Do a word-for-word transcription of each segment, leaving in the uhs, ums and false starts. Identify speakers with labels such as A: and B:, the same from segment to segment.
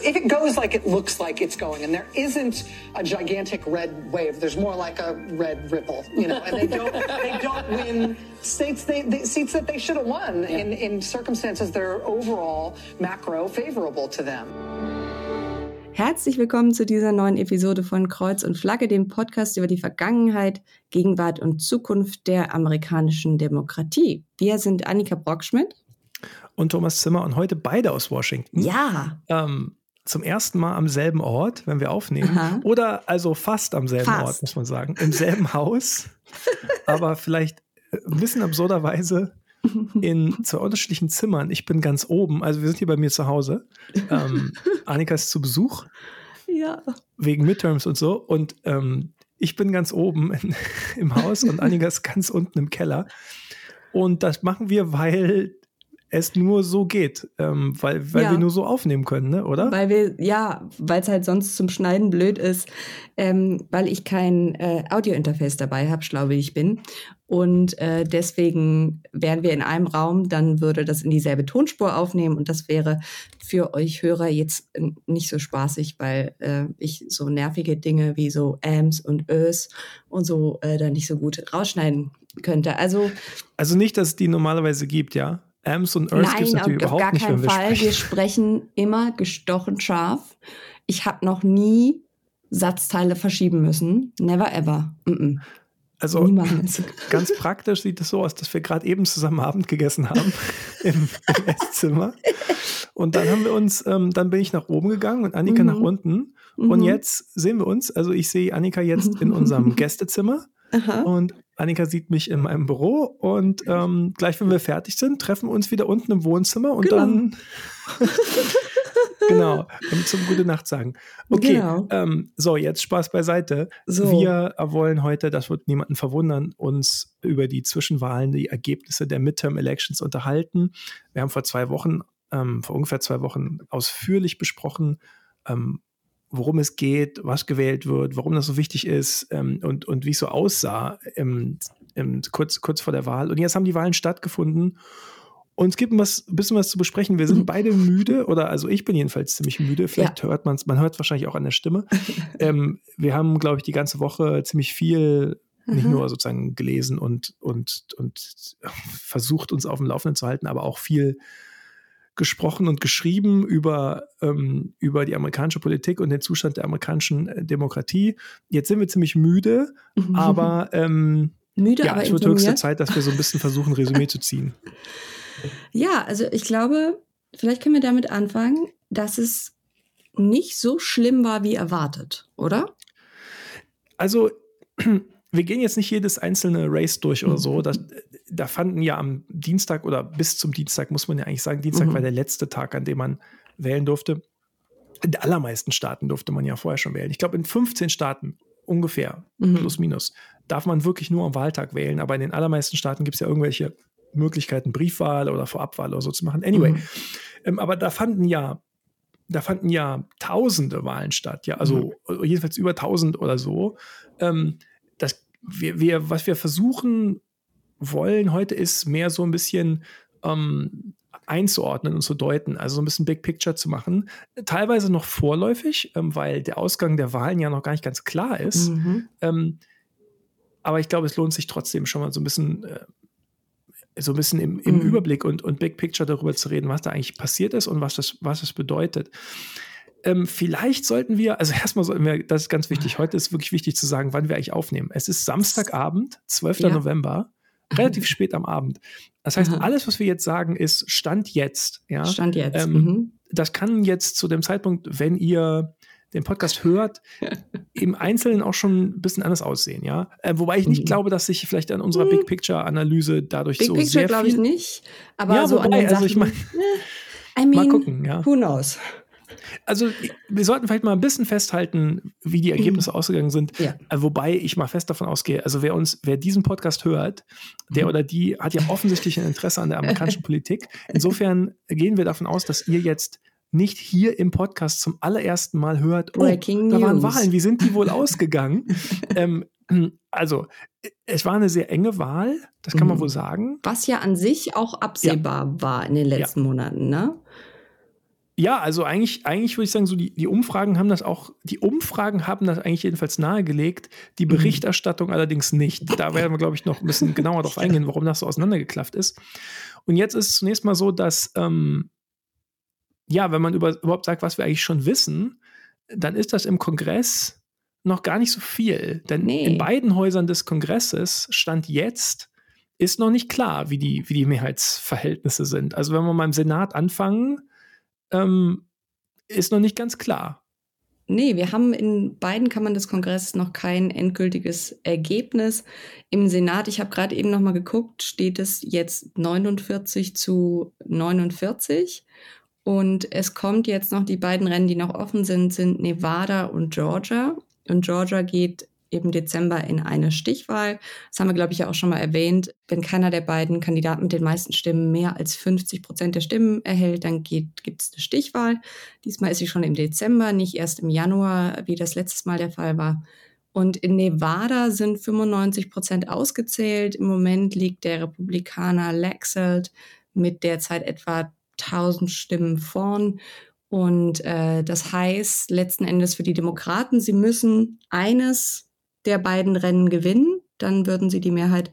A: if it goes like it looks like it's going, and there isn't a gigantic red wave, there's more like a red ripple, you know, and they don't they don't win states they, they seats that they should have won yeah. in in circumstances that are overall macro favorable to them.
B: Herzlich willkommen zu dieser neuen Episode von Kreuz und Flagge, dem Podcast über die Vergangenheit, Gegenwart und Zukunft der amerikanischen Demokratie. Wir sind Annika Brockschmidt
C: und Thomas Zimmer und heute beide aus Washington.
B: Ja.
C: Ähm, zum ersten Mal am selben Ort, wenn wir aufnehmen.
B: Aha.
C: Oder also fast am selben fast. Ort, muss man sagen. Im selben Haus, aber vielleicht ein bisschen absurderweise in zwei unterschiedlichen Zimmern. Ich bin ganz oben, also wir sind hier bei mir zu Hause. Ähm, Annika ist zu Besuch.
B: Ja. Wegen
C: Midterms und so. Und ähm, ich bin ganz oben in, im Haus und Annika ist ganz unten im Keller. Und das machen wir, weil es nur so geht, ähm, weil, weil ja. wir nur so aufnehmen können, ne? Oder?
B: Weil wir, ja, weil es halt sonst zum Schneiden blöd ist, ähm, weil ich kein äh, Audio-Interface dabei habe, schlau wie ich bin. Und äh, deswegen wären wir in einem Raum, dann würde das in dieselbe Tonspur aufnehmen und das wäre für euch Hörer jetzt nicht so spaßig, weil äh, ich so nervige Dinge wie so Ams und Ös und so äh, da nicht so gut rausschneiden könnte. Also,
C: also nicht, dass es die normalerweise gibt, ja? Ams und Earths gibt es natürlich
B: auf
C: überhaupt
B: gar
C: nicht,
B: keinen
C: wenn wir
B: Fall.
C: sprechen.
B: Wir sprechen immer gestochen scharf. Ich habe noch nie Satzteile verschieben müssen. Never ever. Mm-mm.
C: Also Niemals. Ganz praktisch sieht es so aus, dass wir gerade eben zusammen Abend gegessen haben im, im Esszimmer. Und dann haben wir uns, ähm, dann bin ich nach oben gegangen und Annika mhm. nach unten. Mhm. Und jetzt sehen wir uns, also ich sehe Annika jetzt in unserem Gästezimmer. Aha. Und Annika sieht mich in meinem Büro und ähm, gleich, wenn wir fertig sind, treffen wir uns wieder unten im Wohnzimmer und genau. dann genau, zum Gute Nacht sagen. Okay, genau. ähm, so, jetzt Spaß beiseite. So. Wir wollen heute, das wird niemanden verwundern, uns über die Zwischenwahlen, die Ergebnisse der Midterm-Elections unterhalten. Wir haben vor zwei Wochen, ähm, vor ungefähr zwei Wochen ausführlich besprochen, ähm, worum es geht, was gewählt wird, warum das so wichtig ist ähm, und, und wie es so aussah im, im, kurz, kurz vor der Wahl. Und jetzt haben die Wahlen stattgefunden und es gibt ein was, bisschen was zu besprechen. Wir sind mhm. beide müde, oder also ich bin jedenfalls ziemlich müde. Vielleicht ja. hört man es, man hört es wahrscheinlich auch an der Stimme. ähm, wir haben, glaube ich, die ganze Woche ziemlich viel, mhm. nicht nur sozusagen gelesen und, und, und versucht, uns auf dem Laufenden zu halten, aber auch viel gesprochen und geschrieben über, ähm, über die amerikanische Politik und den Zustand der amerikanischen äh, Demokratie. Jetzt sind wir ziemlich müde, mhm. aber, ähm,
B: müde,
C: ja,
B: aber
C: es wird höchste Zeit, dass wir so ein bisschen versuchen, Resümee zu ziehen.
B: Ja, also ich glaube, vielleicht können wir damit anfangen, dass es nicht so schlimm war, wie erwartet, oder?
C: Also wir gehen jetzt nicht jedes einzelne Race durch oder so. Das, da fanden ja am Dienstag oder bis zum Dienstag, muss man ja eigentlich sagen, Dienstag mhm. war der letzte Tag, an dem man wählen durfte. In den allermeisten Staaten durfte man ja vorher schon wählen. Ich glaube, in fünfzehn Staaten ungefähr, mhm. plus minus, darf man wirklich nur am Wahltag wählen. Aber in den allermeisten Staaten gibt es ja irgendwelche Möglichkeiten, Briefwahl oder Vorabwahl oder so zu machen. Anyway, mhm. ähm, aber da fanden ja da fanden ja tausende Wahlen statt. Ja, also mhm. jedenfalls über tausend oder so. Ähm, das Wir, wir, was wir versuchen wollen heute ist mehr so ein bisschen ähm, einzuordnen und zu deuten, also so ein bisschen Big Picture zu machen. Teilweise noch vorläufig, ähm, weil der Ausgang der Wahlen ja noch gar nicht ganz klar ist. Mhm. Ähm, aber ich glaube, es lohnt sich trotzdem schon mal so ein bisschen, äh, so ein bisschen im, im mhm. Überblick und, und Big Picture darüber zu reden, was da eigentlich passiert ist und was das, was das bedeutet. Ähm, vielleicht sollten wir, also erstmal sollten wir, das ist ganz wichtig, heute ist wirklich wichtig zu sagen, wann wir eigentlich aufnehmen. Es ist Samstagabend, zwölfter Ja. November, relativ spät am Abend. Das heißt, Aha. alles, was wir jetzt sagen, ist Stand jetzt. Ja?
B: Stand jetzt.
C: Ähm,
B: mhm.
C: Das kann jetzt zu dem Zeitpunkt, wenn ihr den Podcast hört, im Einzelnen auch schon ein bisschen anders aussehen. Ja? Äh, wobei ich nicht mhm. glaube, dass sich vielleicht an unserer Big Picture-Analyse dadurch
B: Big
C: so
B: Picture
C: sehr
B: glaube ich
C: viel...
B: nicht, aber
C: ja,
B: so
C: wobei,
B: an den
C: also
B: Sachen,
C: ich meine,
B: I mean,
C: mal gucken, ja.
B: Who knows?
C: Also wir sollten vielleicht mal ein bisschen festhalten, wie die Ergebnisse mhm. ausgegangen sind.
B: Ja.
C: Wobei ich mal fest davon ausgehe, also wer uns, wer diesen Podcast hört, der mhm. oder die hat ja offensichtlich ein Interesse an der amerikanischen Politik. Insofern gehen wir davon aus, dass ihr jetzt nicht hier im Podcast zum allerersten Mal hört,
B: Breaking
C: oh, da waren
B: News.
C: Wahlen, wie sind die wohl ausgegangen? ähm, also, es war eine sehr enge Wahl, das kann man
B: Mhm.
C: wohl sagen.
B: Was ja an sich auch absehbar war in den letzten Monaten, ne?
C: Ja, also eigentlich, eigentlich würde ich sagen, so die, die Umfragen haben das auch, die Umfragen haben das eigentlich jedenfalls nahegelegt, die Berichterstattung mhm. allerdings nicht. Da werden wir, glaube ich, noch ein bisschen genauer drauf eingehen, warum das so auseinandergeklafft ist. Und jetzt ist es zunächst mal so, dass, ähm, ja, wenn man über, überhaupt sagt, was wir eigentlich schon wissen, dann ist das im Kongress noch gar nicht so viel. Denn nee. in beiden Häusern des Kongresses stand jetzt, ist noch nicht klar, wie die, wie die Mehrheitsverhältnisse sind. Also wenn wir mal im Senat anfangen, Ähm, ist noch nicht ganz klar.
B: Nee, wir haben in beiden Kammern des Kongresses noch kein endgültiges Ergebnis. Im Senat, ich habe gerade eben noch mal geguckt, steht es jetzt neunundvierzig zu neunundvierzig. Und es kommt jetzt noch, die beiden Rennen, die noch offen sind, sind Nevada und Georgia. Und Georgia geht im Dezember in eine Stichwahl. Das haben wir, glaube ich, ja auch schon mal erwähnt. Wenn keiner der beiden Kandidaten mit den meisten Stimmen mehr als fünfzig Prozent der Stimmen erhält, dann gibt es eine Stichwahl. Diesmal ist sie schon im Dezember, nicht erst im Januar, wie das letztes Mal der Fall war. Und in Nevada sind fünfundneunzig Prozent ausgezählt. Im Moment liegt der Republikaner Laxalt mit derzeit etwa tausend Stimmen vorn. Und äh, das heißt letzten Endes für die Demokraten, sie müssen eines der beiden Rennen gewinnen, dann würden sie die Mehrheit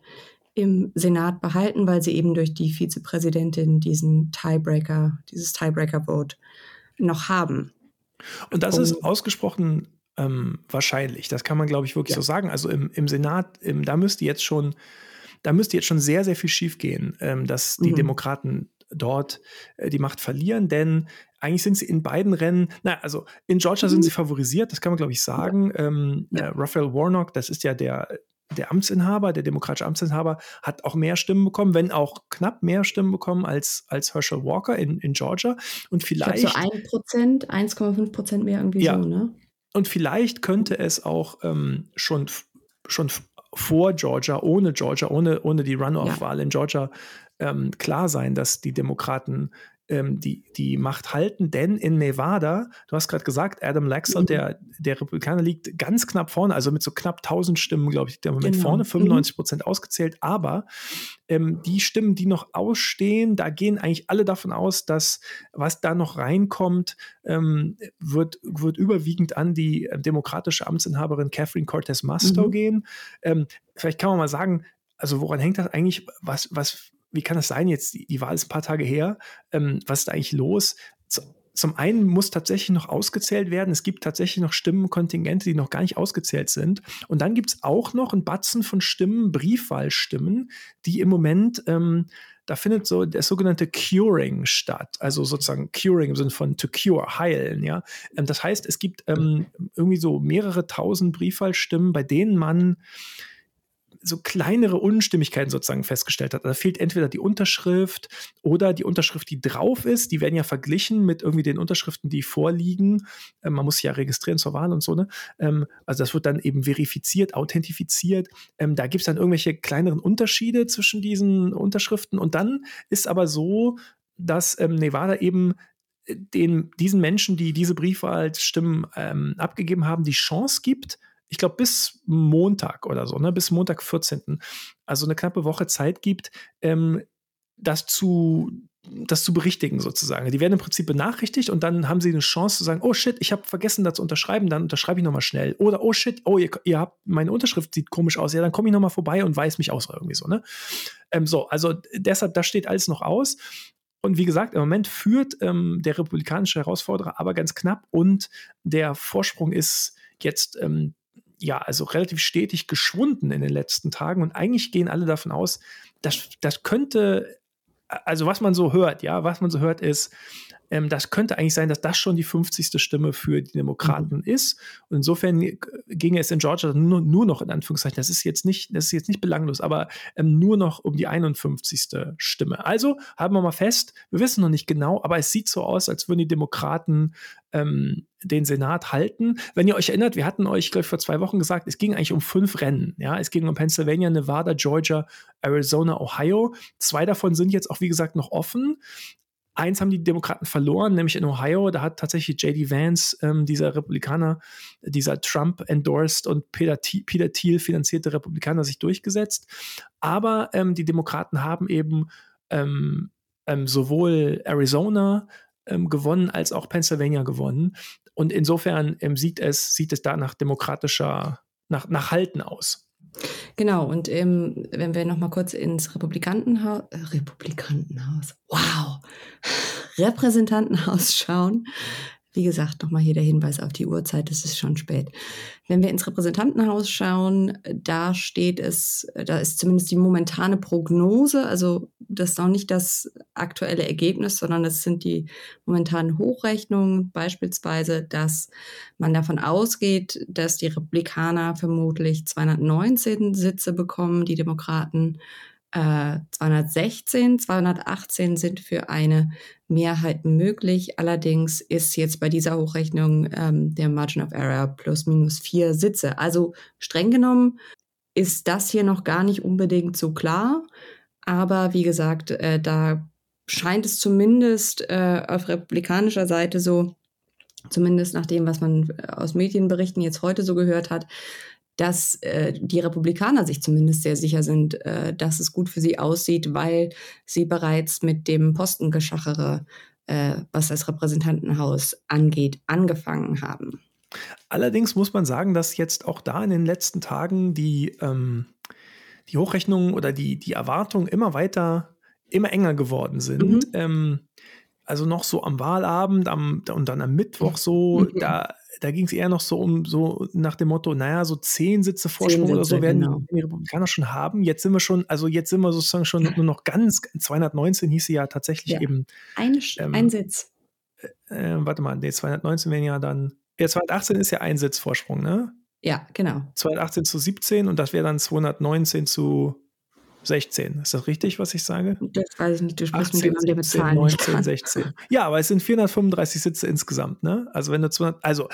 B: im Senat behalten, weil sie eben durch die Vizepräsidentin diesen Tiebreaker, dieses Tiebreaker-Vote noch haben.
C: Und das Und, ist ausgesprochen ähm, wahrscheinlich. Das kann man, glaube ich, wirklich ja. so sagen. Also im, im Senat, im, da müsste jetzt schon, da müsste jetzt schon sehr, sehr viel schiefgehen, ähm, dass die mhm. Demokraten dort äh, die Macht verlieren, denn eigentlich sind sie in beiden Rennen, naja, also in Georgia sind sie favorisiert, das kann man, glaube ich, sagen. Ja. Ähm, ja. Äh, Raphael Warnock, das ist ja der, der Amtsinhaber, der demokratische Amtsinhaber, hat auch mehr Stimmen bekommen, wenn auch knapp mehr Stimmen bekommen als, als Herschel Walker in, in Georgia. Und vielleicht.
B: Ich glaube, so ein Prozent, eins Komma fünf Prozent mehr irgendwie ja. so, ne?
C: Und vielleicht könnte es auch ähm, schon, schon vor Georgia, ohne Georgia, ohne, ohne die Runoff-Wahl ja. in Georgia ähm, klar sein, dass die Demokraten ähm, die, die Macht halten. Denn in Nevada, du hast gerade gesagt, Adam Laxalt, mhm. der, der Republikaner, liegt ganz knapp vorne, also mit so knapp tausend Stimmen, glaube ich, liegt er im Moment genau. vorne, fünfundneunzig Prozent mhm. ausgezählt. Aber ähm, die Stimmen, die noch ausstehen, da gehen eigentlich alle davon aus, dass was da noch reinkommt, ähm, wird, wird überwiegend an die äh, demokratische Amtsinhaberin Catherine Cortez Masto mhm. gehen. Ähm, vielleicht kann man mal sagen, also woran hängt das eigentlich, was, was, wie kann das sein jetzt, die, die Wahl ist ein paar Tage her, ähm, was ist da eigentlich los? Z- Zum einen muss tatsächlich noch ausgezählt werden, es gibt tatsächlich noch Stimmenkontingente, die noch gar nicht ausgezählt sind, und dann gibt es auch noch einen Batzen von Stimmen, Briefwahlstimmen, die im Moment, ähm, da findet so das sogenannte Curing statt, also sozusagen Curing im Sinne von to cure, heilen, ja. Ähm, das heißt, es gibt ähm, irgendwie so mehrere tausend Briefwahlstimmen, bei denen man so kleinere Unstimmigkeiten sozusagen festgestellt hat. Da fehlt entweder die Unterschrift oder die Unterschrift, die drauf ist. Die werden ja verglichen mit irgendwie den Unterschriften, die vorliegen. Ähm, man muss sich ja registrieren zur Wahl und so, ne? Ähm, also das wird dann eben verifiziert, authentifiziert. Ähm, da gibt es dann irgendwelche kleineren Unterschiede zwischen diesen Unterschriften. Und dann ist aber so, dass ähm, Nevada eben den, diesen Menschen, die diese Briefwahlstimmen ähm, abgegeben haben, die Chance gibt, ich glaube, bis Montag oder so, ne, bis Montag vierzehnten Also eine knappe Woche Zeit gibt, ähm, das zu, das zu berichtigen sozusagen. Die werden im Prinzip benachrichtigt und dann haben sie eine Chance zu sagen, oh shit, ich habe vergessen, da zu unterschreiben, dann unterschreibe ich nochmal schnell. Oder oh shit, oh, ihr, ihr habt, meine Unterschrift sieht komisch aus, ja, dann komme ich nochmal vorbei und weiß mich aus oder irgendwie so, ne? Ähm, so, also deshalb, das steht alles noch aus. Und wie gesagt, im Moment führt ähm, der republikanische Herausforderer aber ganz knapp und der Vorsprung ist jetzt ähm, ja, also relativ stetig geschwunden in den letzten Tagen, und eigentlich gehen alle davon aus, dass das könnte, also was man so hört, ja, was man so hört ist, ähm, das könnte eigentlich sein, dass das schon die fünfzigste Stimme für die Demokraten mhm. ist, und insofern ginge es in Georgia nur, nur noch in Anführungszeichen, das ist jetzt nicht, das ist jetzt nicht belanglos, aber ähm, nur noch um die einundfünfzigste Stimme. Also halten wir mal fest, wir wissen noch nicht genau, aber es sieht so aus, als würden die Demokraten ähm, den Senat halten. Wenn ihr euch erinnert, wir hatten euch, glaube ich, vor zwei Wochen gesagt, es ging eigentlich um fünf Rennen. Ja? Es ging um Pennsylvania, Nevada, Georgia, Arizona, Ohio. Zwei davon sind jetzt auch, wie gesagt, noch offen. Eins haben die Demokraten verloren, nämlich in Ohio. Da hat tatsächlich J D Vance, ähm, dieser Republikaner, dieser Trump-endorsed und Peter, T- Peter Thiel finanzierte Republikaner, sich durchgesetzt. Aber ähm, die Demokraten haben eben ähm, ähm, sowohl Arizona ähm, gewonnen als auch Pennsylvania gewonnen. Und insofern ähm, sieht es, sieht es da nach demokratischer, nach, nach Halten aus.
B: Genau, und ähm, wenn wir nochmal kurz ins Republikantenhaus, äh, Republikantenhaus, wow, Repräsentantenhaus schauen. Wie gesagt, nochmal hier der Hinweis auf die Uhrzeit, es ist schon spät. Wenn wir ins Repräsentantenhaus schauen, da steht es, da ist zumindest die momentane Prognose, also das ist noch nicht das aktuelle Ergebnis, sondern das sind die momentanen Hochrechnungen, beispielsweise, dass man davon ausgeht, dass die Republikaner vermutlich zweihundertneunzehn Sitze bekommen, die Demokraten äh, zweihundertsechzehn, zweihundertachtzehn sind für eine Mehrheit möglich. Allerdings ist jetzt bei dieser Hochrechnung ähm, der Margin of Error plus minus vier Sitze. Also streng genommen ist das hier noch gar nicht unbedingt so klar. Aber wie gesagt, äh, da scheint es zumindest äh, auf republikanischer Seite so, zumindest nach dem, was man aus Medienberichten jetzt heute so gehört hat, dass äh, die Republikaner sich zumindest sehr sicher sind, äh, dass es gut für sie aussieht, weil sie bereits mit dem Postengeschachere, äh, was das Repräsentantenhaus angeht, angefangen haben.
C: Allerdings muss man sagen, dass jetzt auch da in den letzten Tagen die, ähm, die Hochrechnungen oder die, die Erwartungen immer weiter, immer enger geworden sind. Mhm. Ähm, also noch so am Wahlabend am, und dann am Mittwoch so, mhm. da Da ging es eher noch so um, so nach dem Motto, naja, so zehn Sitze Vorsprung oder so werden genau. die Republikaner schon haben. Jetzt sind wir schon, also jetzt sind wir sozusagen schon nur noch ganz, zweihundertneunzehn hieß sie ja tatsächlich ja. eben.
B: Ein, ähm, ein Sitz.
C: Äh, warte mal, nee, zweihundertneunzehn wären ja dann, ja, zweihundertachtzehn ist ja ein Sitz Vorsprung, ne?
B: Ja, genau.
C: zweihundertachtzehn zu siebzehn und das wäre dann zweihundertneunzehn zu sechzehn. Ist das richtig, was ich sage?
B: Das weiß ich nicht, du sprichst mit jemandem, der mit Zahlen
C: neunzehn, sechzehn. Ja, aber es sind vierhundertfünfunddreißig Sitze insgesamt, ne? Also wenn du zweihundert, also,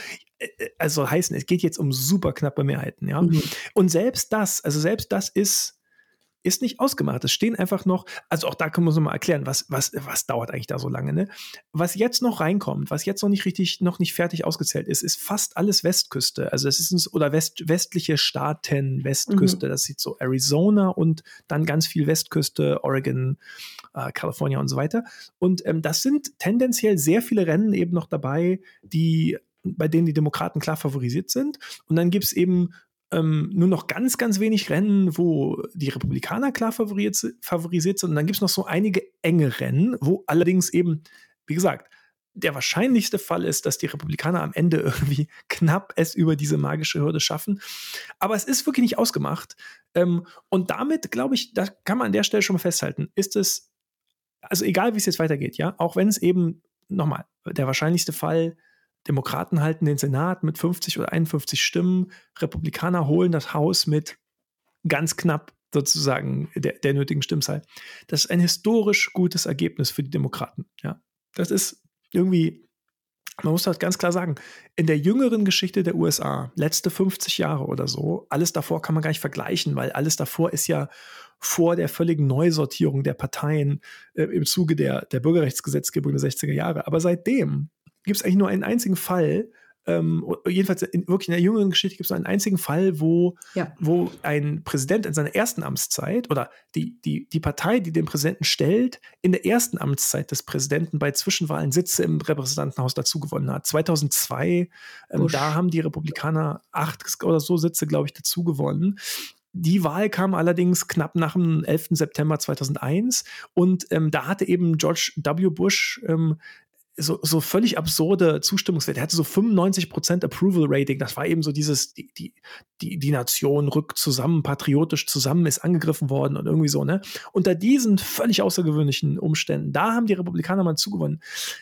C: also heißen, es geht jetzt um super knappe Mehrheiten, ja? Mhm. Und selbst das, also selbst das ist ist nicht ausgemacht. Es stehen einfach noch, also auch da können wir uns mal erklären, was, was, was dauert eigentlich da so lange, ne? Was jetzt noch reinkommt, was jetzt noch nicht richtig, noch nicht fertig ausgezählt ist, ist fast alles Westküste. Also es ist, oder West, westliche Staaten, Westküste, mhm. das sieht so Arizona und dann ganz viel Westküste, Oregon, äh, California und so weiter. Und ähm, das sind tendenziell sehr viele Rennen eben noch dabei, die, bei denen die Demokraten klar favorisiert sind. Und dann gibt es eben Ähm, nur noch ganz, ganz wenig Rennen, wo die Republikaner klar favorisiert, favorisiert sind. Und dann gibt es noch so einige enge Rennen, wo allerdings eben, wie gesagt, der wahrscheinlichste Fall ist, dass die Republikaner am Ende irgendwie knapp es über diese magische Hürde schaffen. Aber es ist wirklich nicht ausgemacht. Ähm, und damit, glaube ich, da kann man an der Stelle schon mal festhalten, ist es, also egal wie es jetzt weitergeht, ja, auch wenn es eben, nochmal, der wahrscheinlichste Fall, Demokraten halten den Senat mit fünfzig oder einundfünfzig Stimmen. Republikaner holen das Haus mit ganz knapp sozusagen der, der nötigen Stimmzahl. Das ist ein historisch gutes Ergebnis für die Demokraten. Ja, das ist irgendwie, man muss das ganz klar sagen, in der jüngeren Geschichte der U S A, letzte fünfzig Jahre oder so, alles davor kann man gar nicht vergleichen, weil alles davor ist ja vor der völligen Neusortierung der Parteien äh, im Zuge der, der Bürgerrechtsgesetzgebung der sechziger Jahre. Aber seitdem gibt es eigentlich nur einen einzigen Fall, ähm, jedenfalls in, wirklich in der jüngeren Geschichte gibt es nur einen einzigen Fall, wo, ja. wo ein Präsident in seiner ersten Amtszeit oder die, die, die Partei, die den Präsidenten stellt, in der ersten Amtszeit des Präsidenten bei Zwischenwahlen Sitze im Repräsentantenhaus dazu gewonnen hat. zweitausendzwei, ähm, da haben die Republikaner acht oder so Sitze, glaube ich, dazu gewonnen. Die Wahl kam allerdings knapp nach dem elften September zweitausendeins und ähm, da hatte eben George W. Bush ähm, So, so völlig absurde Zustimmungswerte. Er hatte so fünfundneunzig Prozent Approval Rating. Das war eben so dieses, die, die, die, die Nation rückt zusammen, patriotisch zusammen, ist angegriffen worden und irgendwie so, ne? Unter diesen völlig außergewöhnlichen Umständen, da haben die Republikaner mal zugewonnen.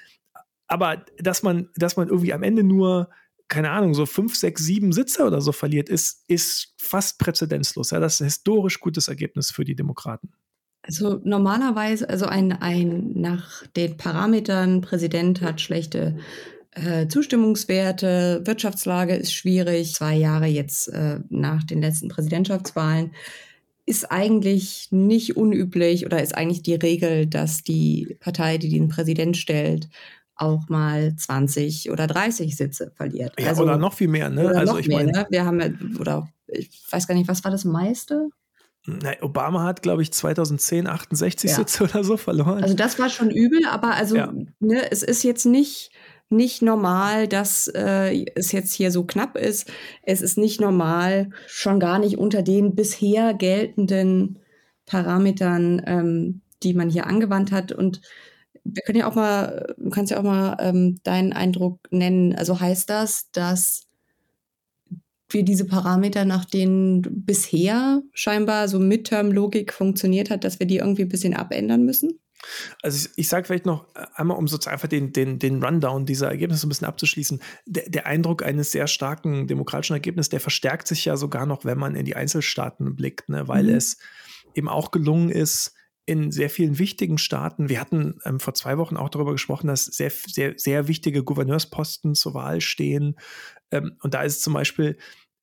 C: Aber dass man, dass man irgendwie am Ende nur, keine Ahnung, so fünf, sechs, sieben Sitze oder so verliert, ist, ist fast präzedenzlos. Ja, das ist ein historisch gutes Ergebnis für die Demokraten.
B: Also normalerweise, also ein, ein nach den Parametern, Präsident hat schlechte äh, Zustimmungswerte, Wirtschaftslage ist schwierig, zwei Jahre jetzt äh, nach den letzten Präsidentschaftswahlen, ist eigentlich nicht unüblich oder ist eigentlich die Regel, dass die Partei, die den Präsident stellt, auch mal zwanzig oder dreißig Sitze verliert.
C: Ja,
B: also,
C: oder noch viel mehr, ne?
B: Oder
C: also
B: noch
C: ich
B: mehr,
C: mein,
B: ne? Wir haben ja, oder ich weiß gar nicht, was war das meiste?
C: Na, Obama hat, glaube ich, zweitausendzehn achtundsechzig ja. Sitze oder so verloren.
B: Also das war schon übel, aber also ja. ne, es ist jetzt nicht, nicht normal, dass äh, es jetzt hier so knapp ist. Es ist nicht normal, schon gar nicht unter den bisher geltenden Parametern, ähm, die man hier angewandt hat. Und wir können ja auch mal, du kannst ja auch mal ähm, deinen Eindruck nennen. Also heißt das, dass wir diese Parameter, nach denen bisher scheinbar so Midterm-Logik funktioniert hat, dass wir die irgendwie ein bisschen abändern müssen?
C: Also ich, ich sage vielleicht noch einmal, um sozusagen einfach den, den, den Rundown dieser Ergebnisse ein bisschen abzuschließen. Der, der Eindruck eines sehr starken demokratischen Ergebnisses, der verstärkt sich ja sogar noch, wenn man in die Einzelstaaten blickt, ne? Weil mhm. es eben auch gelungen ist, in sehr vielen wichtigen Staaten, wir hatten ähm, vor zwei Wochen auch darüber gesprochen, dass sehr, sehr, sehr wichtige Gouverneursposten zur Wahl stehen. Ähm, und da ist zum Beispiel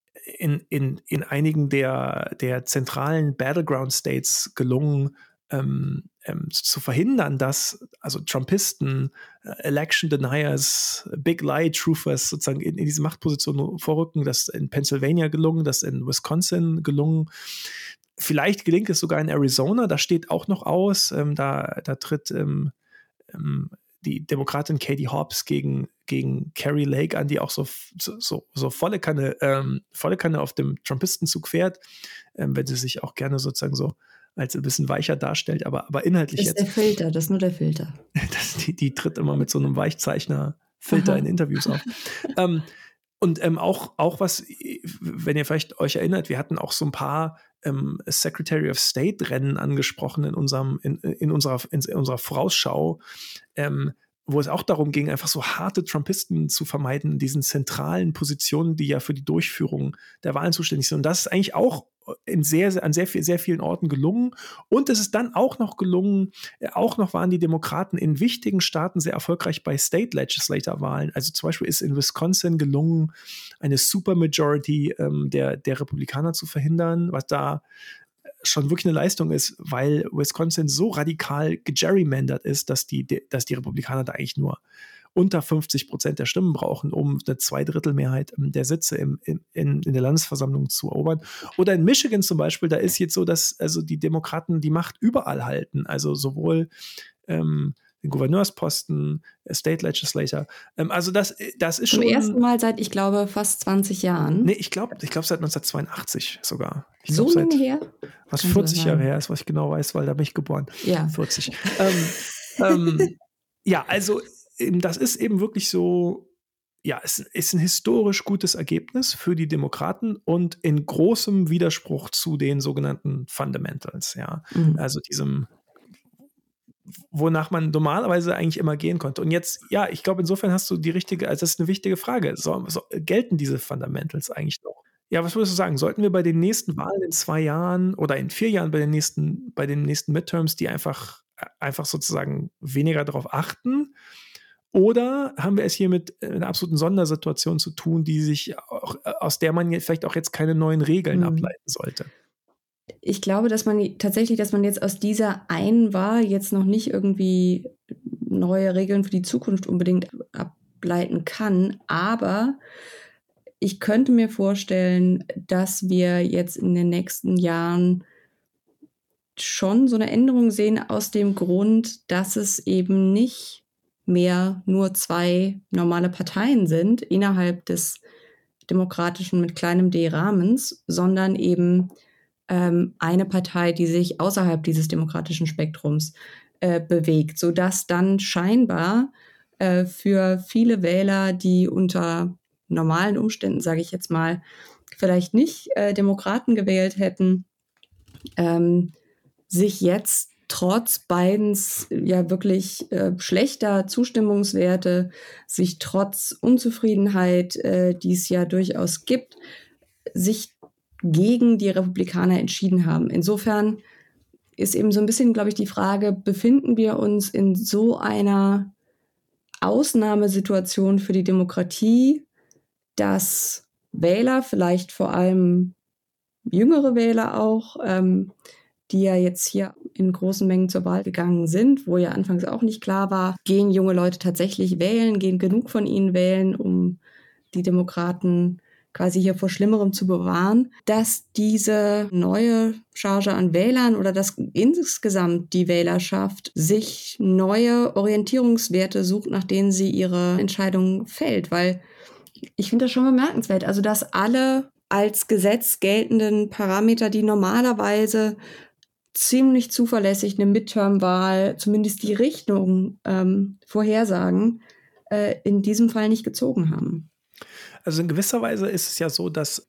C: in, in, in einigen der, der zentralen Battleground States gelungen, ähm, ähm, zu verhindern, dass also Trumpisten, äh, Election Deniers, Big Lie Truthers sozusagen in, in diese Machtposition vorrücken. Das ist in Pennsylvania gelungen, das ist in Wisconsin gelungen. Vielleicht gelingt es sogar in Arizona, da steht auch noch aus, ähm, da, da tritt ähm, ähm, die Demokratin Katie Hobbs gegen, gegen Carrie Lake an, die auch so, so, so volle Kanne, ähm, volle Kanne auf dem Trumpistenzug fährt, ähm, wenn sie sich auch gerne sozusagen so als ein bisschen weicher darstellt, aber, aber inhaltlich
B: das
C: jetzt.
B: Das ist der Filter, das ist nur der Filter.
C: das, die, die tritt immer mit so einem Weichzeichner-Filter Aha. in Interviews auf. ähm, Und ähm, auch, auch was, wenn ihr vielleicht euch erinnert, wir hatten auch so ein paar ähm, Secretary of State-Rennen angesprochen in, unserem, in, in, unserer, in, in unserer Vorausschau, ähm, wo es auch darum ging, einfach so harte Trumpisten zu vermeiden in diesen zentralen Positionen, die ja für die Durchführung der Wahlen zuständig sind. Und das ist eigentlich auch in sehr, sehr, an sehr, sehr vielen Orten gelungen. Und es ist dann auch noch gelungen, auch noch waren die Demokraten in wichtigen Staaten sehr erfolgreich bei State Legislator-Wahlen. Also zum Beispiel ist in Wisconsin gelungen, eine Supermajority ähm, der, der Republikaner zu verhindern, was da schon wirklich eine Leistung ist, weil Wisconsin so radikal gegerrymandert ist, dass die, dass die Republikaner da eigentlich nur unter fünfzig Prozent der Stimmen brauchen, um eine Zweidrittelmehrheit der Sitze im, in, in der Landesversammlung zu erobern. Oder in Michigan zum Beispiel, da ist jetzt so, dass also die Demokraten die Macht überall halten, also sowohl ähm, den Gouverneursposten, State Legislator. Ähm, also das, das ist schon...
B: Zum ersten Mal seit, ich glaube, fast zwanzig Jahren.
C: Nee, ich glaube ich glaub seit neunzehnhundertzweiundachtzig sogar. Ich
B: so
C: glaub,
B: lange her?
C: Was vierzig Jahre her ist, was ich genau weiß, weil da bin ich geboren.
B: Ja.
C: vierzig. ähm, ähm, ja, also das ist eben wirklich so, ja, es ist ein historisch gutes Ergebnis für die Demokraten und in großem Widerspruch zu den sogenannten Fundamentals, ja. Mhm. Also diesem, wonach man normalerweise eigentlich immer gehen konnte. Und jetzt, ja, ich glaube, insofern hast du die richtige, also das ist eine wichtige Frage. So, so, gelten diese Fundamentals eigentlich noch? Ja, was würdest du sagen? Sollten wir bei den nächsten Wahlen in zwei Jahren oder in vier Jahren bei den nächsten, bei den nächsten Midterms, die einfach, einfach sozusagen weniger darauf achten? Oder haben wir es hier mit einer absoluten Sondersituation zu tun, die sich auch, aus der man vielleicht auch jetzt keine neuen Regeln mhm. ableiten sollte?
B: Ich glaube, dass man tatsächlich, dass man jetzt aus dieser einen Wahl jetzt noch nicht irgendwie neue Regeln für die Zukunft unbedingt ableiten kann. Aber ich könnte mir vorstellen, dass wir jetzt in den nächsten Jahren schon so eine Änderung sehen aus dem Grund, dass es eben nicht mehr nur zwei normale Parteien sind innerhalb des demokratischen mit kleinem d Rahmens, sondern eben ähm, eine Partei, die sich außerhalb dieses demokratischen Spektrums äh, bewegt, sodass dann scheinbar äh, für viele Wähler, die unter normalen Umständen, sage ich jetzt mal, vielleicht nicht äh, Demokraten gewählt hätten, ähm, sich jetzt trotz Bidens ja wirklich äh, schlechter Zustimmungswerte, sich trotz Unzufriedenheit, äh, die es ja durchaus gibt, sich gegen die Republikaner entschieden haben. Insofern ist eben so ein bisschen, glaube ich, die Frage, befinden wir uns in so einer Ausnahmesituation für die Demokratie, dass Wähler, vielleicht vor allem jüngere Wähler auch, ähm, die ja jetzt hier in großen Mengen zur Wahl gegangen sind, wo ja anfangs auch nicht klar war, gehen junge Leute tatsächlich wählen, gehen genug von ihnen wählen, um die Demokraten quasi hier vor Schlimmerem zu bewahren, dass diese neue Charge an Wählern oder dass insgesamt die Wählerschaft sich neue Orientierungswerte sucht, nach denen sie ihre Entscheidungen fällt. Weil ich finde das schon bemerkenswert. Also, dass alle als Gesetz geltenden Parameter, die normalerweise ziemlich zuverlässig eine Midterm-Wahl, zumindest die Richtung ähm, vorhersagen, äh, in diesem Fall nicht gezogen haben.
C: Also in gewisser Weise ist es ja so, dass,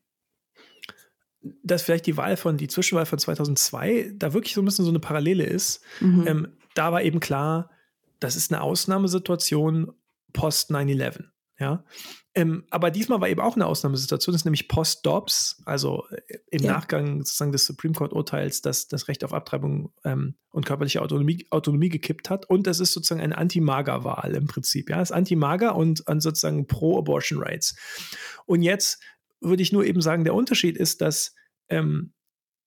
C: dass vielleicht die Wahl von, die Zwischenwahl von zweitausendzwei da wirklich so ein bisschen so eine Parallele ist. Mhm. Ähm, da war eben klar, das ist eine Ausnahmesituation post nine eleven. Ja? Ähm, aber diesmal war eben auch eine Ausnahmesituation, das ist nämlich post-Dobbs, also im ja. Nachgang sozusagen des Supreme Court-Urteils, das das Recht auf Abtreibung ähm, und körperliche Autonomie, Autonomie gekippt hat. Und es ist sozusagen eine Anti-Mager-Wahl im Prinzip. Ja, es ist Anti-Mager und, und sozusagen Pro-Abortion Rights. Und jetzt würde ich nur eben sagen, der Unterschied ist, dass ähm,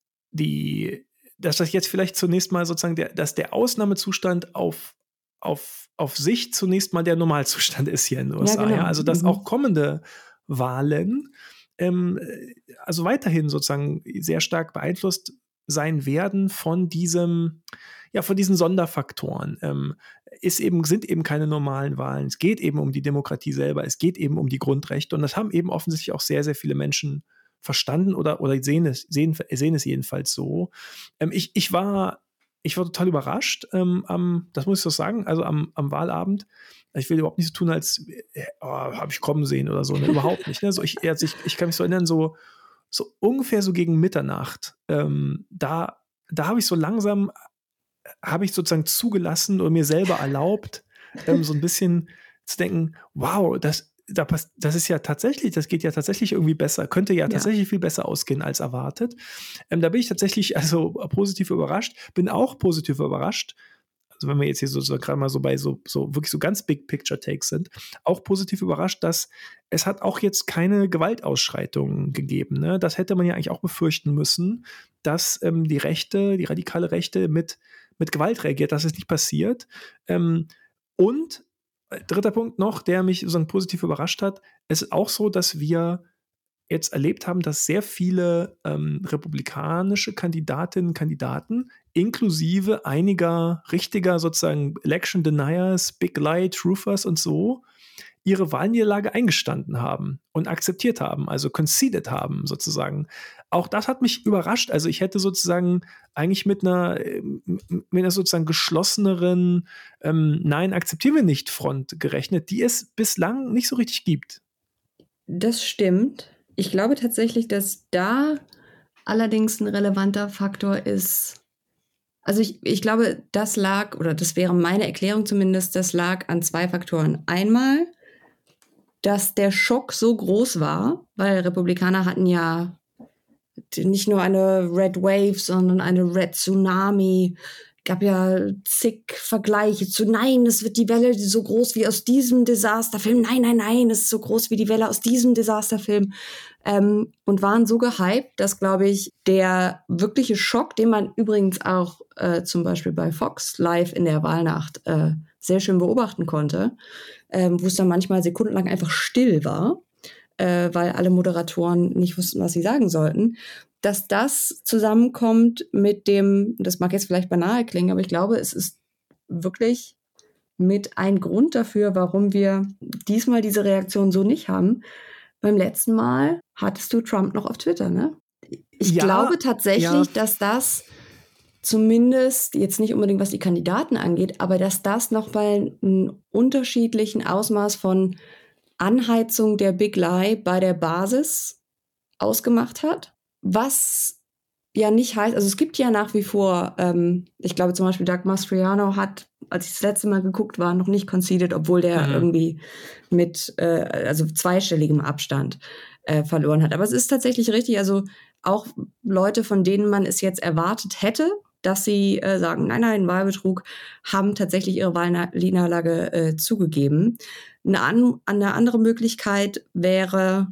C: die, dass das jetzt vielleicht zunächst mal sozusagen der, dass der Ausnahmezustand auf auf, auf sich zunächst mal der Normalzustand ist hier in den U S A. Ja, genau. Ja? Also dass mhm. auch kommende Wahlen ähm, also weiterhin sozusagen sehr stark beeinflusst sein werden von diesem, ja, von diesen Sonderfaktoren. Ähm, ist eben, sind eben keine normalen Wahlen. Es geht eben um die Demokratie selber, es geht eben um die Grundrechte und das haben eben offensichtlich auch sehr, sehr viele Menschen verstanden oder, oder sehen, es, sehen, sehen es jedenfalls so. Ähm, ich, ich war Ich war total überrascht, ähm, am, das muss ich so sagen, also am, am Wahlabend. Ich will überhaupt nicht so tun, als äh, oh, habe ich kommen sehen oder so, ne? Überhaupt nicht. Ne? So, ich, also ich, ich kann mich so erinnern, so, so ungefähr so gegen Mitternacht, ähm, da, da habe ich so langsam, habe ich sozusagen zugelassen oder mir selber erlaubt, ähm, so ein bisschen zu denken, wow, das Da pass- das ist ja tatsächlich, das geht ja tatsächlich irgendwie besser, könnte ja tatsächlich ja. viel besser ausgehen als erwartet. Ähm, da bin ich tatsächlich also positiv überrascht, bin auch positiv überrascht, also wenn wir jetzt hier so, so gerade mal so bei so, so wirklich so ganz Big Picture Takes sind, auch positiv überrascht, dass es hat auch jetzt keine Gewaltausschreitungen gegeben. Ne? Das hätte man ja eigentlich auch befürchten müssen, dass ähm, die Rechte, die radikale Rechte mit, mit Gewalt reagiert. Das ist nicht passiert. Ähm, und dritter Punkt noch, der mich sozusagen positiv überrascht hat, es ist auch so, dass wir jetzt erlebt haben, dass sehr viele ähm, republikanische Kandidatinnen und Kandidaten, inklusive einiger richtiger sozusagen Election Deniers, Big Lie, Truthers und so, ihre Wahlniederlage eingestanden haben und akzeptiert haben, also conceded haben sozusagen. Auch das hat mich überrascht. Also ich hätte sozusagen eigentlich mit einer, mit einer sozusagen geschlosseneren ähm, Nein, akzeptieren wir nicht Front gerechnet, die es bislang nicht so richtig gibt.
B: Das stimmt. Ich glaube tatsächlich, dass da allerdings ein relevanter Faktor ist. Also ich, ich glaube, das lag, oder das wäre meine Erklärung zumindest, das lag an zwei Faktoren. Einmal, dass der Schock so groß war, weil Republikaner hatten ja nicht nur eine Red Wave, sondern eine Red Tsunami. Gab ja zig Vergleiche zu, nein, es wird die Welle so groß wie aus diesem Desasterfilm, nein, nein, nein, es ist so groß wie die Welle aus diesem Desasterfilm. Ähm, und waren so gehypt, dass, glaube ich, der wirkliche Schock, den man übrigens auch äh, zum Beispiel bei Fox live in der Wahlnacht äh, sehr schön beobachten konnte, ähm, wo es dann manchmal sekundenlang einfach still war, äh, weil alle Moderatoren nicht wussten, was sie sagen sollten, dass das zusammenkommt mit dem, das mag jetzt vielleicht banal klingen, aber ich glaube, es ist wirklich mit ein Grund dafür, warum wir diesmal diese Reaktion so nicht haben. Beim letzten Mal hattest du Trump noch auf Twitter, ne? Ich ja, glaube tatsächlich, ja. dass das zumindest, jetzt nicht unbedingt was die Kandidaten angeht, aber dass das nochmal einen unterschiedlichen Ausmaß von Anheizung der Big Lie bei der Basis ausgemacht hat. Was ja nicht heißt, also es gibt ja nach wie vor, ähm, ich glaube zum Beispiel Doug Mastriano hat, als ich das letzte Mal geguckt war, noch nicht conceded, obwohl der mhm. irgendwie mit äh, also zweistelligem Abstand äh, verloren hat. Aber es ist tatsächlich richtig, also auch Leute, von denen man es jetzt erwartet hätte, dass sie äh, sagen, nein, nein, Wahlbetrug, haben tatsächlich ihre Wahlniederlage äh, zugegeben. Eine, an, eine andere Möglichkeit wäre,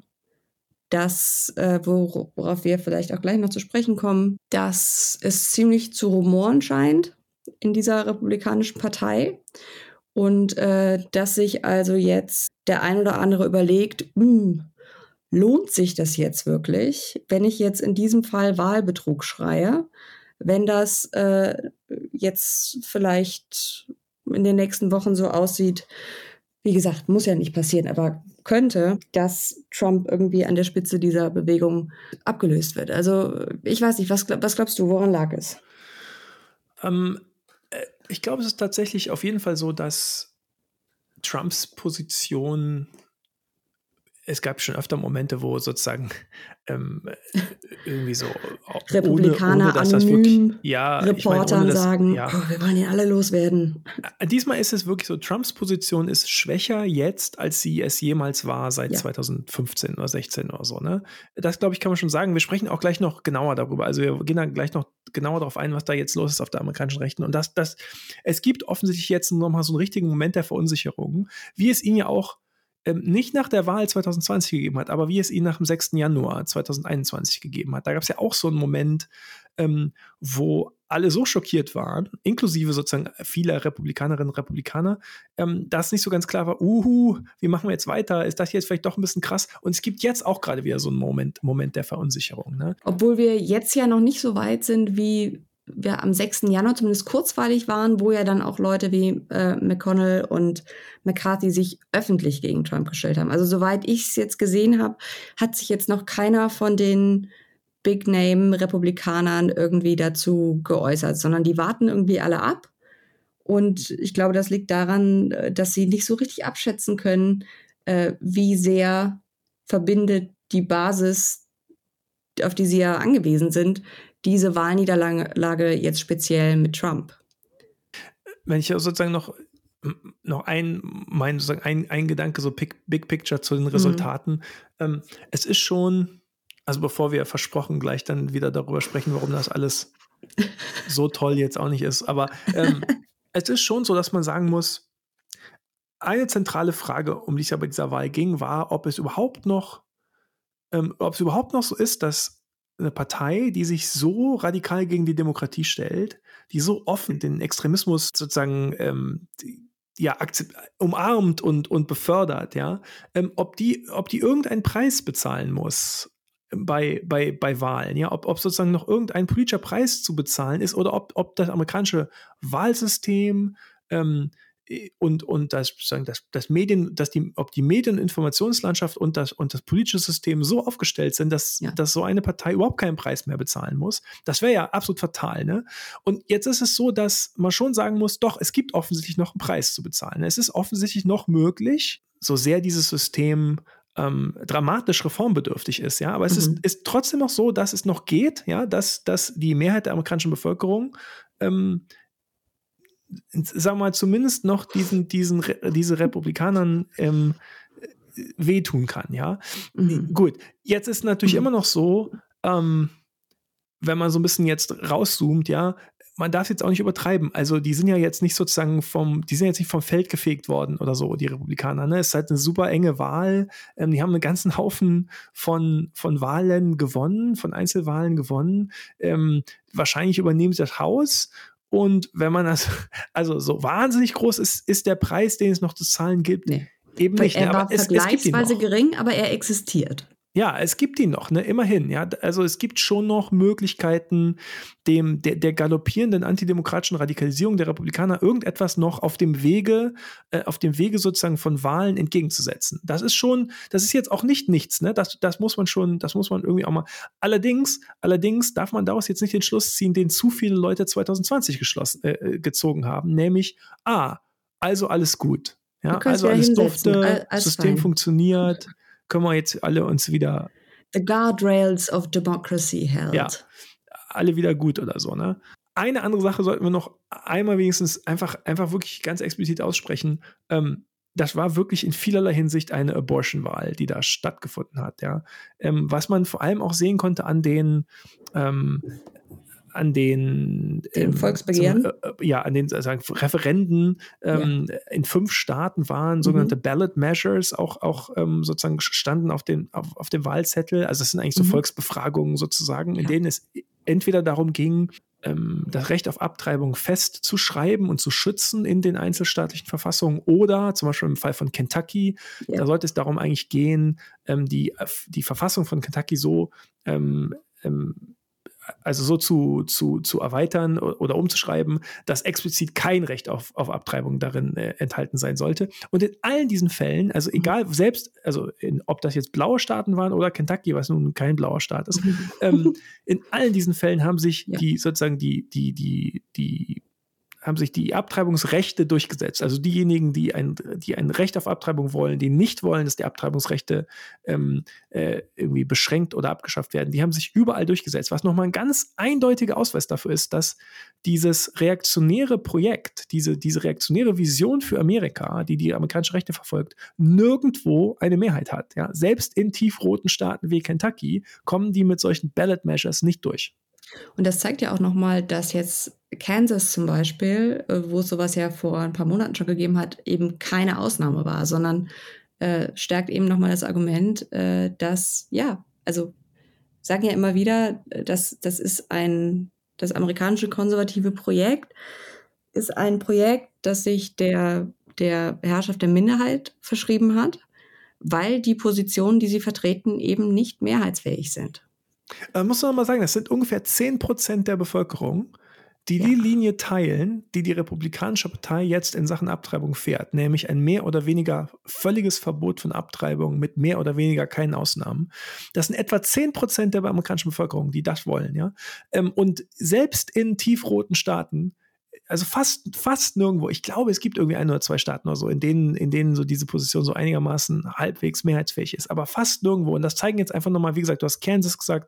B: dass, äh, worauf wir vielleicht auch gleich noch zu sprechen kommen, dass es ziemlich zu rumoren scheint in dieser republikanischen Partei und äh, dass sich also jetzt der ein oder andere überlegt, lohnt sich das jetzt wirklich, wenn ich jetzt in diesem Fall Wahlbetrug schreie, wenn das äh, jetzt vielleicht in den nächsten Wochen so aussieht, wie gesagt, muss ja nicht passieren, aber könnte, dass Trump irgendwie an der Spitze dieser Bewegung abgelöst wird. Also ich weiß nicht, was, was glaubst du, woran lag es?
C: Ähm, ich glaube, es ist tatsächlich auf jeden Fall so, dass Trumps Position, es gab schon öfter Momente, wo sozusagen ähm, irgendwie so
B: Republikaner
C: ohne, ohne dass
B: anonym
C: das wirklich, ja,
B: Reportern
C: ich meine, ohne, dass,
B: sagen,
C: ja.
B: oh, wir wollen ihn alle loswerden.
C: Diesmal ist es wirklich so, Trumps Position ist schwächer jetzt, als sie es jemals war seit ja. zwanzig fünfzehn oder sechzehn oder so. Ne? Das, glaube ich, kann man schon sagen. Wir sprechen auch gleich noch genauer darüber. Also wir gehen dann gleich noch genauer darauf ein, was da jetzt los ist auf der amerikanischen Rechten. Und das, das, es gibt offensichtlich jetzt nochmal so einen richtigen Moment der Verunsicherung, wie es ihn ja auch ähm, nicht nach der Wahl zwanzig zwanzig gegeben hat, aber wie es ihn nach dem sechsten Januar zwanzig einundzwanzig gegeben hat. Da gab es ja auch so einen Moment, ähm, wo alle so schockiert waren, inklusive sozusagen vieler Republikanerinnen und Republikaner, ähm, dass nicht so ganz klar war, uhu, wie machen wir jetzt weiter? Ist das jetzt vielleicht doch ein bisschen krass? Und es gibt jetzt auch gerade wieder so einen Moment, Moment der Verunsicherung. Ne?
B: Obwohl wir jetzt ja noch nicht so weit sind, wie wir am sechsten Januar zumindest kurzweilig waren, wo ja dann auch Leute wie äh, McConnell und McCarthy sich öffentlich gegen Trump gestellt haben. Also soweit ich es jetzt gesehen habe, hat sich jetzt noch keiner von den Big-Name-Republikanern irgendwie dazu geäußert, sondern die warten irgendwie alle ab. Und ich glaube, das liegt daran, dass sie nicht so richtig abschätzen können, äh, wie sehr verbindet die Basis, auf die sie ja angewiesen sind, diese Wahlniederlage jetzt speziell mit Trump.
C: Wenn ich sozusagen noch, noch ein, mein, sozusagen ein, ein Gedanke, so Big, Big Picture zu den Resultaten. Mhm. Ähm, es ist schon, also bevor wir versprochen gleich dann wieder darüber sprechen, warum das alles so toll jetzt auch nicht ist, aber ähm, es ist schon so, dass man sagen muss, eine zentrale Frage, um die es ja bei dieser Wahl ging, war, ob es überhaupt noch, ähm, ob es überhaupt noch so ist, dass eine Partei, die sich so radikal gegen die Demokratie stellt, die so offen den Extremismus sozusagen ähm, die, ja, umarmt und, und befördert, ja, ähm, ob die, ob die irgendeinen Preis bezahlen muss bei, bei, bei Wahlen, ja, ob, ob sozusagen noch irgendein politischer Preis zu bezahlen ist oder ob, ob das amerikanische Wahlsystem ähm, und, und das, das, das Medien, dass die, ob die Medien- und Informationslandschaft und das, und das politische System so aufgestellt sind, dass, ja. dass so eine Partei überhaupt keinen Preis mehr bezahlen muss. Das wäre ja absolut fatal, ne? Und jetzt ist es so, dass man schon sagen muss, doch, es gibt offensichtlich noch einen Preis zu bezahlen. Es ist offensichtlich noch möglich, so sehr dieses System ähm, dramatisch reformbedürftig ist, ja, aber es mhm. ist, ist trotzdem noch so, dass es noch geht, ja, dass, dass die Mehrheit der amerikanischen Bevölkerung ähm, sagen wir mal, zumindest noch diesen, diesen, diese Republikanern ähm, wehtun kann, ja. Mhm. Gut, jetzt ist natürlich mhm. immer noch so, ähm, wenn man so ein bisschen jetzt rauszoomt, ja, man darf es jetzt auch nicht übertreiben. Also die sind ja jetzt nicht sozusagen vom, die sind jetzt nicht vom Feld gefegt worden oder so, die Republikaner. Ne? Es ist halt eine super enge Wahl. Ähm, die haben einen ganzen Haufen von, von Wahlen gewonnen, von Einzelwahlen gewonnen. Ähm, wahrscheinlich übernehmen sie das Haus. Und wenn man das, also so wahnsinnig groß ist, ist der Preis, den es noch zu zahlen gibt, nee. eben nicht.
B: Er
C: ne?
B: war
C: aber es,
B: vergleichsweise
C: es
B: gering, aber er existiert.
C: Ja, es gibt ihn noch, ne, immerhin, ja. Also es gibt schon noch Möglichkeiten, dem, der, der galoppierenden antidemokratischen Radikalisierung der Republikaner irgendetwas noch auf dem Wege, äh, auf dem Wege sozusagen von Wahlen entgegenzusetzen. Das ist schon, das ist jetzt auch nicht nichts, ne. Das, das muss man schon, das muss man irgendwie auch mal. Allerdings, allerdings darf man daraus jetzt nicht den Schluss ziehen, den zu viele Leute zwanzig zwanzig geschlossen, äh, gezogen haben, nämlich, ah, also alles gut. Ja, also alles dufte, das System fein. funktioniert. Können wir jetzt alle uns wieder
B: The Guardrails of Democracy held.
C: Ja, alle wieder gut oder so, ne? Eine andere Sache sollten wir noch einmal wenigstens einfach, einfach wirklich ganz explizit aussprechen. Ähm, das war wirklich in vielerlei Hinsicht eine Abortion-Wahl, die da stattgefunden hat, ja. Ähm, was man vor allem auch sehen konnte an den ähm, an den,
B: den ähm, Volksbegehren?
C: Zum, äh, ja, an den sagen, Referenden ähm, ja. in fünf Staaten waren sogenannte mhm. Ballot Measures auch, auch ähm, sozusagen standen auf, den, auf, auf dem Wahlzettel. Also das sind eigentlich so mhm. Volksbefragungen sozusagen, in ja. denen es entweder darum ging, ähm, das Recht auf Abtreibung festzuschreiben und zu schützen in den einzelstaatlichen Verfassungen oder zum Beispiel im Fall von Kentucky,
B: Ja.
C: da sollte es darum eigentlich gehen, ähm, die, die Verfassung von Kentucky so ähm, ähm, also so zu, zu, zu erweitern oder umzuschreiben, dass explizit kein Recht auf, auf Abtreibung darin äh, enthalten sein sollte. Und in allen diesen Fällen, also egal, selbst, also in, ob das jetzt blaue Staaten waren oder Kentucky, was nun kein blauer Staat ist,
B: Mhm.
C: ähm, in allen diesen Fällen haben sich
B: Ja.
C: die sozusagen die, die, die, die haben sich die Abtreibungsrechte durchgesetzt. Also diejenigen, die ein, die ein Recht auf Abtreibung wollen, die nicht wollen, dass die Abtreibungsrechte ähm, äh, irgendwie beschränkt oder abgeschafft werden, die haben sich überall durchgesetzt. Was nochmal ein ganz eindeutiger Ausweis dafür ist, dass dieses reaktionäre Projekt, diese, diese reaktionäre Vision für Amerika, die die amerikanische Rechte verfolgt, nirgendwo eine Mehrheit hat. Ja? Selbst in tiefroten Staaten wie Kentucky kommen die mit solchen Ballot Measures nicht durch.
B: Und das zeigt ja auch nochmal, dass jetzt Kansas zum Beispiel, wo es sowas ja vor ein paar Monaten schon gegeben hat, eben keine Ausnahme war, sondern äh, stärkt eben nochmal das Argument, äh, dass, ja, also sagen ja immer wieder, dass das ist ein, das amerikanische konservative Projekt ist ein Projekt, das sich der, der Herrschaft der Minderheit verschrieben hat, weil die Positionen, die sie vertreten, eben nicht mehrheitsfähig sind.
C: Äh, muss man mal sagen, das sind ungefähr zehn Prozent der Bevölkerung, die
B: Ja.
C: die Linie teilen, die die Republikanische Partei jetzt in Sachen Abtreibung fährt, nämlich ein mehr oder weniger völliges Verbot von Abtreibung mit mehr oder weniger keinen Ausnahmen. Das sind etwa zehn Prozent der amerikanischen Bevölkerung, die das wollen. Ja? Ähm, und selbst in tiefroten Staaten, also fast, fast nirgendwo, ich glaube, es gibt irgendwie ein oder zwei Staaten oder so, in denen, in denen so diese Position so einigermaßen halbwegs mehrheitsfähig ist, aber fast nirgendwo. Und das zeigen jetzt einfach nochmal, wie gesagt, du hast Kansas gesagt,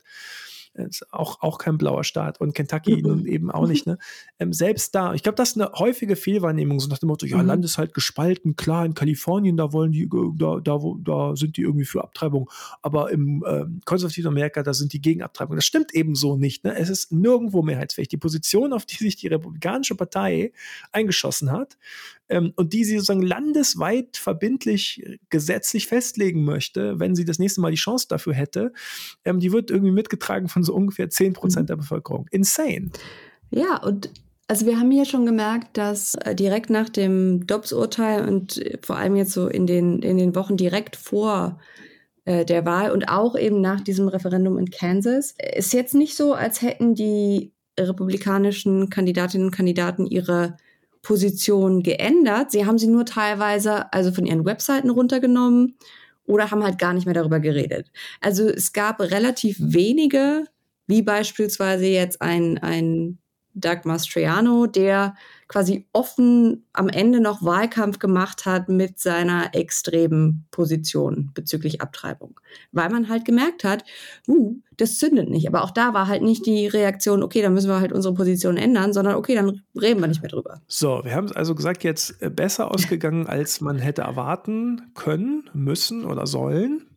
C: ist auch, auch kein blauer Staat und Kentucky
B: Mhm.
C: nun eben auch nicht. Ne? Ähm, selbst da, ich glaube, das ist eine häufige Fehlwahrnehmung, so nach dem Motto, ja,
B: Mhm.
C: Land ist halt gespalten, klar, in Kalifornien, da wollen die, da, da, wo, da sind die irgendwie für Abtreibung, aber im ähm, konservativen Amerika, da sind die gegen Abtreibung. Das stimmt eben so nicht. Ne? Es ist nirgendwo mehrheitsfähig. Die Position, auf die sich die Republikanische Partei eingeschossen hat, ähm, und die sie sozusagen landesweit verbindlich äh, gesetzlich festlegen möchte, wenn sie das nächste Mal die Chance dafür hätte, ähm, die wird irgendwie mitgetragen von so ungefähr zehn Prozent
B: Mhm.
C: der Bevölkerung. Insane.
B: Ja, und also wir haben hier schon gemerkt, dass äh, direkt nach dem Dobbs-Urteil und äh, vor allem jetzt so in den, in den Wochen direkt vor äh, der Wahl und auch eben nach diesem Referendum in Kansas, äh, ist jetzt nicht so, als hätten die republikanischen Kandidatinnen und Kandidaten ihre Position geändert. Sie haben sie nur teilweise also von ihren Webseiten runtergenommen oder haben halt gar nicht mehr darüber geredet. Also es gab relativ wenige, wie beispielsweise jetzt ein, ein Doug Mastriano, der quasi offen am Ende noch Wahlkampf gemacht hat mit seiner extremen Position bezüglich Abtreibung. Weil man halt gemerkt hat, uh, das zündet nicht. Aber auch da war halt nicht die Reaktion, okay, dann müssen wir halt unsere Position ändern, sondern okay, dann reden wir nicht mehr drüber.
C: So, wir haben also gesagt, jetzt äh, besser ausgegangen, als man hätte erwarten können, müssen oder sollen.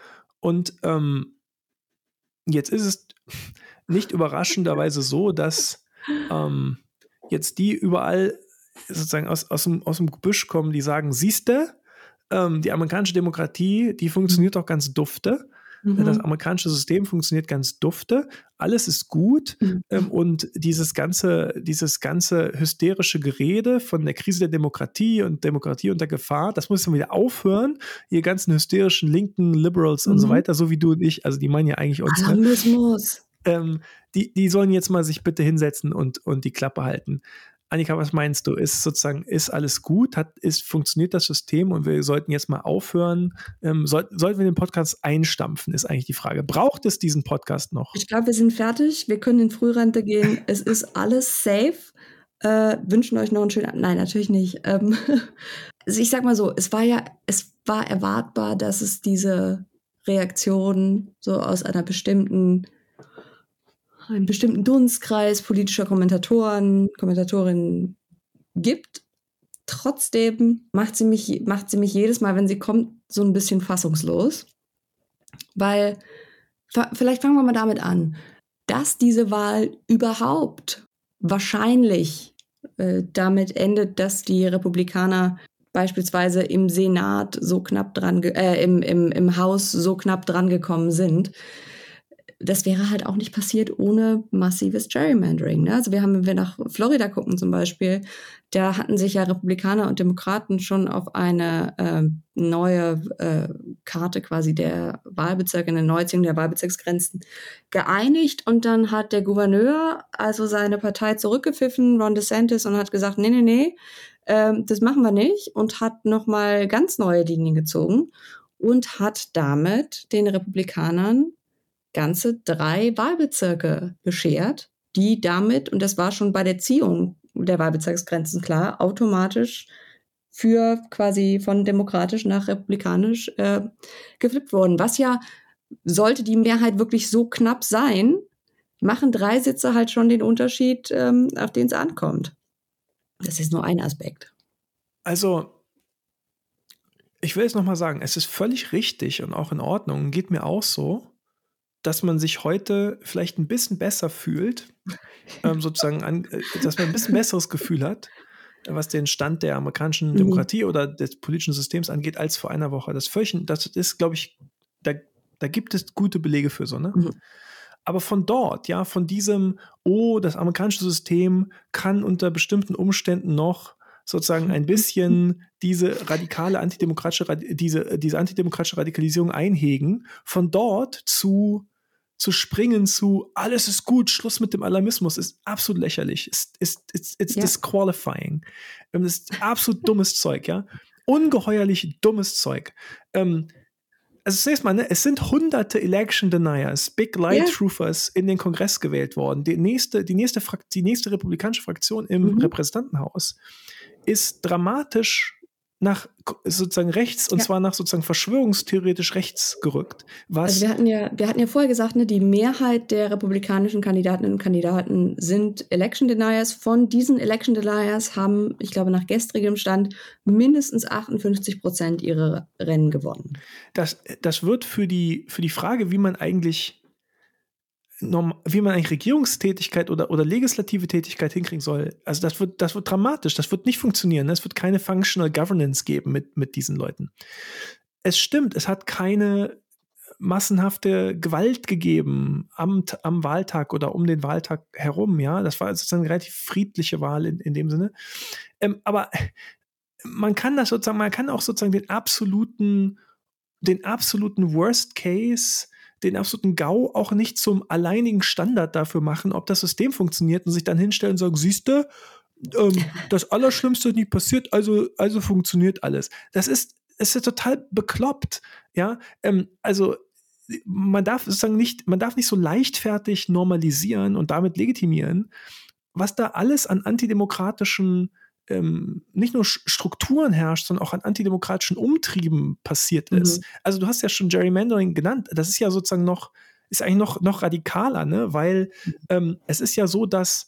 C: Und ähm, jetzt ist es nicht überraschenderweise so, dass ähm, jetzt die überall sozusagen aus, aus, dem, aus dem Gebüsch kommen, die sagen, siehste, ähm, die amerikanische Demokratie, die funktioniert doch ganz dufte.
B: Mhm.
C: Das amerikanische System funktioniert ganz dufte. Alles ist gut.
B: Mhm.
C: Ähm, und dieses ganze, dieses ganze hysterische Gerede von der Krise der Demokratie und Demokratie unter Gefahr, das muss dann wieder aufhören. Ihr ganzen hysterischen linken Liberals und so
B: Mhm.
C: weiter, so wie du und ich, also die meinen ja eigentlich uns, ne?
B: Alarmismus.
C: ähm, die, die sollen jetzt mal sich bitte hinsetzen und, und die Klappe halten. Annika, was meinst du? Ist sozusagen, ist alles gut? Hat, ist, funktioniert das System und wir sollten jetzt mal aufhören? Ähm, soll, sollten wir den Podcast einstampfen, ist eigentlich die Frage. Braucht es diesen Podcast noch?
B: Ich glaube, wir sind fertig. Wir können in Frührente gehen. Es ist alles safe. Äh, wünschen euch noch einen schönen Abend. Nein, natürlich nicht. Ähm, also ich sag mal so, es war ja, es war erwartbar, dass es diese Reaktion so aus einer bestimmten, einem bestimmten Dunstkreis politischer Kommentatoren, Kommentatorinnen gibt. Trotzdem macht sie mich, macht sie mich jedes Mal, wenn sie kommt, so ein bisschen fassungslos. Weil, vielleicht fangen wir mal damit an, dass diese Wahl überhaupt wahrscheinlich äh, damit endet, dass die Republikaner beispielsweise im Senat so knapp dran, ge- äh, im, im, im Haus so knapp dran gekommen sind. das wäre halt auch nicht passiert ohne massives Gerrymandering. Ne? Also wir haben, wenn wir nach Florida gucken zum Beispiel, da hatten sich ja Republikaner und Demokraten schon auf eine äh, neue äh, Karte quasi der Wahlbezirke, eine Neuziehung der Wahlbezirksgrenzen geeinigt. Und dann hat der Gouverneur also seine Partei zurückgepfiffen, Ron DeSantis, und hat gesagt, nee, nee, nee, äh, das machen wir nicht. Und hat nochmal ganz neue Linien gezogen und hat damit den Republikanern ganze drei Wahlbezirke beschert, die damit, und das war schon bei der Ziehung der Wahlbezirksgrenzen klar, automatisch für quasi von demokratisch nach republikanisch äh, geflippt wurden. Was ja, sollte die Mehrheit wirklich so knapp sein, machen drei Sitze halt schon den Unterschied, ähm, auf den es ankommt. Das ist nur ein Aspekt.
C: Also, ich will jetzt nochmal sagen, es ist völlig richtig und auch in Ordnung, geht mir auch so, dass man sich heute vielleicht ein bisschen besser fühlt, ähm, sozusagen, an, äh, dass man ein bisschen besseres Gefühl hat, äh, was den Stand der amerikanischen
B: Mhm.
C: Demokratie oder des politischen Systems angeht, als vor einer Woche. Das, völlig, das ist, glaube ich, da, da gibt es gute Belege für so, ne?
B: Mhm.
C: Aber von dort, ja, von diesem, oh, das amerikanische System kann unter bestimmten Umständen noch sozusagen ein bisschen diese radikale antidemokratische, Radi- diese, diese antidemokratische Radikalisierung einhegen, von dort zu zu springen zu, alles ist gut, Schluss mit dem Alarmismus, ist absolut lächerlich. Ist, ist, it's it's
B: Ja.
C: disqualifying. Ähm, Das ist absolut dummes Zeug, ja. Ungeheuerlich dummes Zeug. Ähm, also zunächst mal, ne, es sind hunderte Election Deniers, Big Lie
B: Ja.
C: Truthers in den Kongress gewählt worden. Die nächste, die nächste, Frakt- die nächste republikanische Fraktion im
B: Mhm.
C: Repräsentantenhaus ist dramatisch nach sozusagen rechts, und
B: Ja.
C: zwar nach sozusagen verschwörungstheoretisch rechts gerückt. Was
B: Also wir hatten ja, wir hatten ja vorher gesagt, ne, die Mehrheit der republikanischen Kandidatinnen und Kandidaten sind Election Deniers. Von diesen Election Deniers haben, ich glaube, nach gestrigem Stand mindestens achtundfünfzig Prozent ihre Rennen gewonnen.
C: das, das wird für die, für die Frage, wie man eigentlich norm- wie man eigentlich Regierungstätigkeit oder, oder legislative Tätigkeit hinkriegen soll, also das wird, das wird dramatisch, das wird nicht funktionieren, es wird keine Functional Governance geben mit, mit diesen Leuten. Es stimmt, es hat keine massenhafte Gewalt gegeben am, am Wahltag oder um den Wahltag herum, ja, das war sozusagen eine relativ friedliche Wahl in, in dem Sinne, ähm, aber man kann das sozusagen, man kann auch sozusagen den absoluten, den absoluten Worst Case, den absoluten GAU auch nicht zum alleinigen Standard dafür machen, ob das System funktioniert und sich dann hinstellen und sagen, siehste, ähm, das Allerschlimmste ist nicht passiert, also, also funktioniert alles. Das ist, ist ja total bekloppt, ja, ähm, also man darf sozusagen nicht, man darf nicht so leichtfertig normalisieren und damit legitimieren, was da alles an antidemokratischen ähm, nicht nur Strukturen herrscht, sondern auch an antidemokratischen Umtrieben passiert ist.
B: Mhm.
C: Also du hast ja schon Gerrymandering genannt, das ist ja sozusagen noch, ist eigentlich noch, noch radikaler, ne? Weil ähm, es ist ja so, dass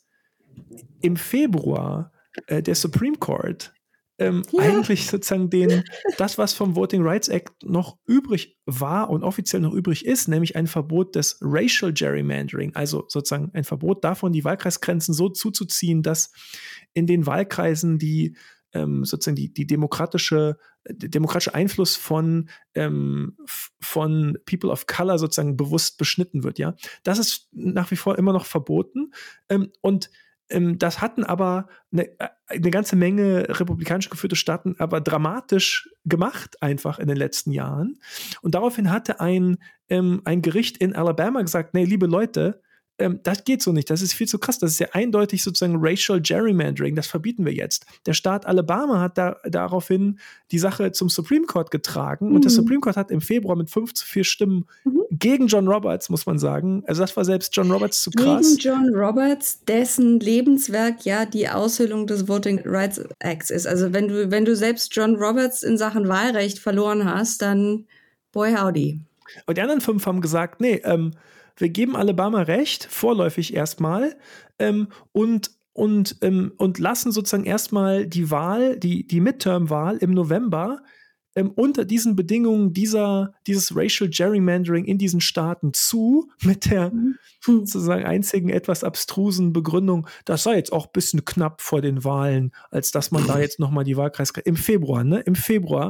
C: im Februar äh, der Supreme Court ähm,
B: Ja.
C: eigentlich sozusagen den, das, was vom Voting Rights Act noch übrig war und offiziell noch übrig ist, nämlich ein Verbot des Racial Gerrymandering, also sozusagen ein Verbot davon, die Wahlkreisgrenzen so zuzuziehen, dass in den Wahlkreisen die ähm, sozusagen die, die demokratische, der demokratische Einfluss von, ähm, f- von People of Color sozusagen bewusst beschnitten wird, ja. Das ist nach wie vor immer noch verboten. Ähm, und ähm, das hatten aber eine, eine ganze Menge republikanisch geführte Staaten aber dramatisch gemacht, einfach in den letzten Jahren. Und daraufhin hatte ein, ähm, ein Gericht in Alabama gesagt, nee, liebe Leute, ähm, das geht so nicht, das ist viel zu krass, das ist ja eindeutig sozusagen Racial Gerrymandering, das verbieten wir jetzt. Der Staat Alabama hat da, daraufhin die Sache zum Supreme Court getragen, und der
B: Mhm.
C: Supreme Court hat im Februar mit fünf zu vier Stimmen
B: Mhm.
C: gegen John Roberts, muss man sagen, also das war selbst John Roberts zu krass.
B: Gegen John Roberts, dessen Lebenswerk ja die Aushöhlung des Voting Rights Acts ist. Also wenn du, wenn du selbst John Roberts in Sachen Wahlrecht verloren hast, dann boy howdy.
C: Und die anderen fünf haben gesagt, nee, ähm, wir geben Alabama recht, vorläufig erstmal, ähm, und, und, ähm, und lassen sozusagen erstmal die Wahl, die, die Midterm-Wahl im November ähm, unter diesen Bedingungen dieser, dieses Racial Gerrymandering in diesen Staaten zu, mit der
B: Mhm.
C: sozusagen einzigen etwas abstrusen Begründung, das sei jetzt auch ein bisschen knapp vor den Wahlen, als dass man da jetzt nochmal die Wahlkreis im Februar, ne? Im Februar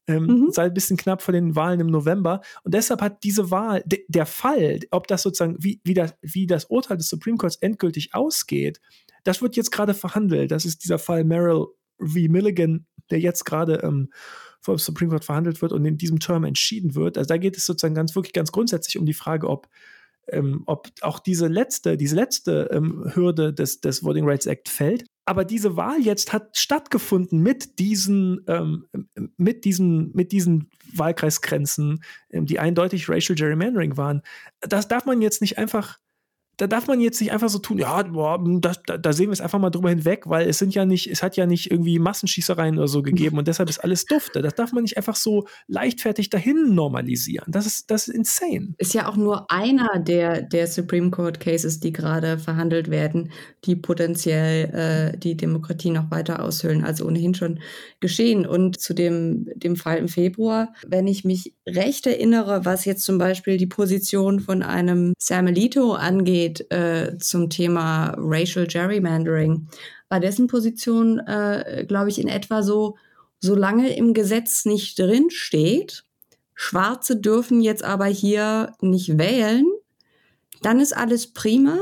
C: ähm,
B: Mhm.
C: sei ein bisschen knapp vor den Wahlen im November. Und deshalb hat diese Wahl, de, der Fall, ob das sozusagen, wie, wie, das, wie das Urteil des Supreme Courts endgültig ausgeht, das wird jetzt gerade verhandelt. Das ist dieser Fall Merrill v. Milligan, der jetzt gerade ähm, vor dem Supreme Court verhandelt wird und in diesem Term entschieden wird. Also da geht es sozusagen ganz wirklich ganz grundsätzlich um die Frage, ob Ähm, ob auch diese letzte, diese letzte ähm, Hürde des, des Voting Rights Act fällt. Aber diese Wahl jetzt hat stattgefunden mit diesen, ähm, mit diesen, mit diesen Wahlkreisgrenzen, ähm, die eindeutig Racial Gerrymandering waren. Das darf man jetzt nicht einfach Da darf man jetzt nicht einfach so tun, ja, boah, das, da, da sehen wir es einfach mal drüber hinweg, weil es sind ja nicht, es hat ja nicht irgendwie Massenschießereien oder so gegeben und deshalb ist alles dufte. Das darf man nicht einfach so leichtfertig dahin normalisieren. Das ist, das ist insane.
B: Ist ja auch nur einer der, der Supreme Court Cases, die gerade verhandelt werden, die potenziell äh, die Demokratie noch weiter aushöhlen, also ohnehin schon geschehen. Und zu dem, dem Fall im Februar, wenn ich mich recht erinnere, was jetzt zum Beispiel die Position von einem Sam Alito angeht, Äh, zum Thema Racial Gerrymandering, war dessen Position, äh, glaube ich, in etwa so, solange im Gesetz nicht drin steht, Schwarze dürfen jetzt aber hier nicht wählen, dann ist alles prima,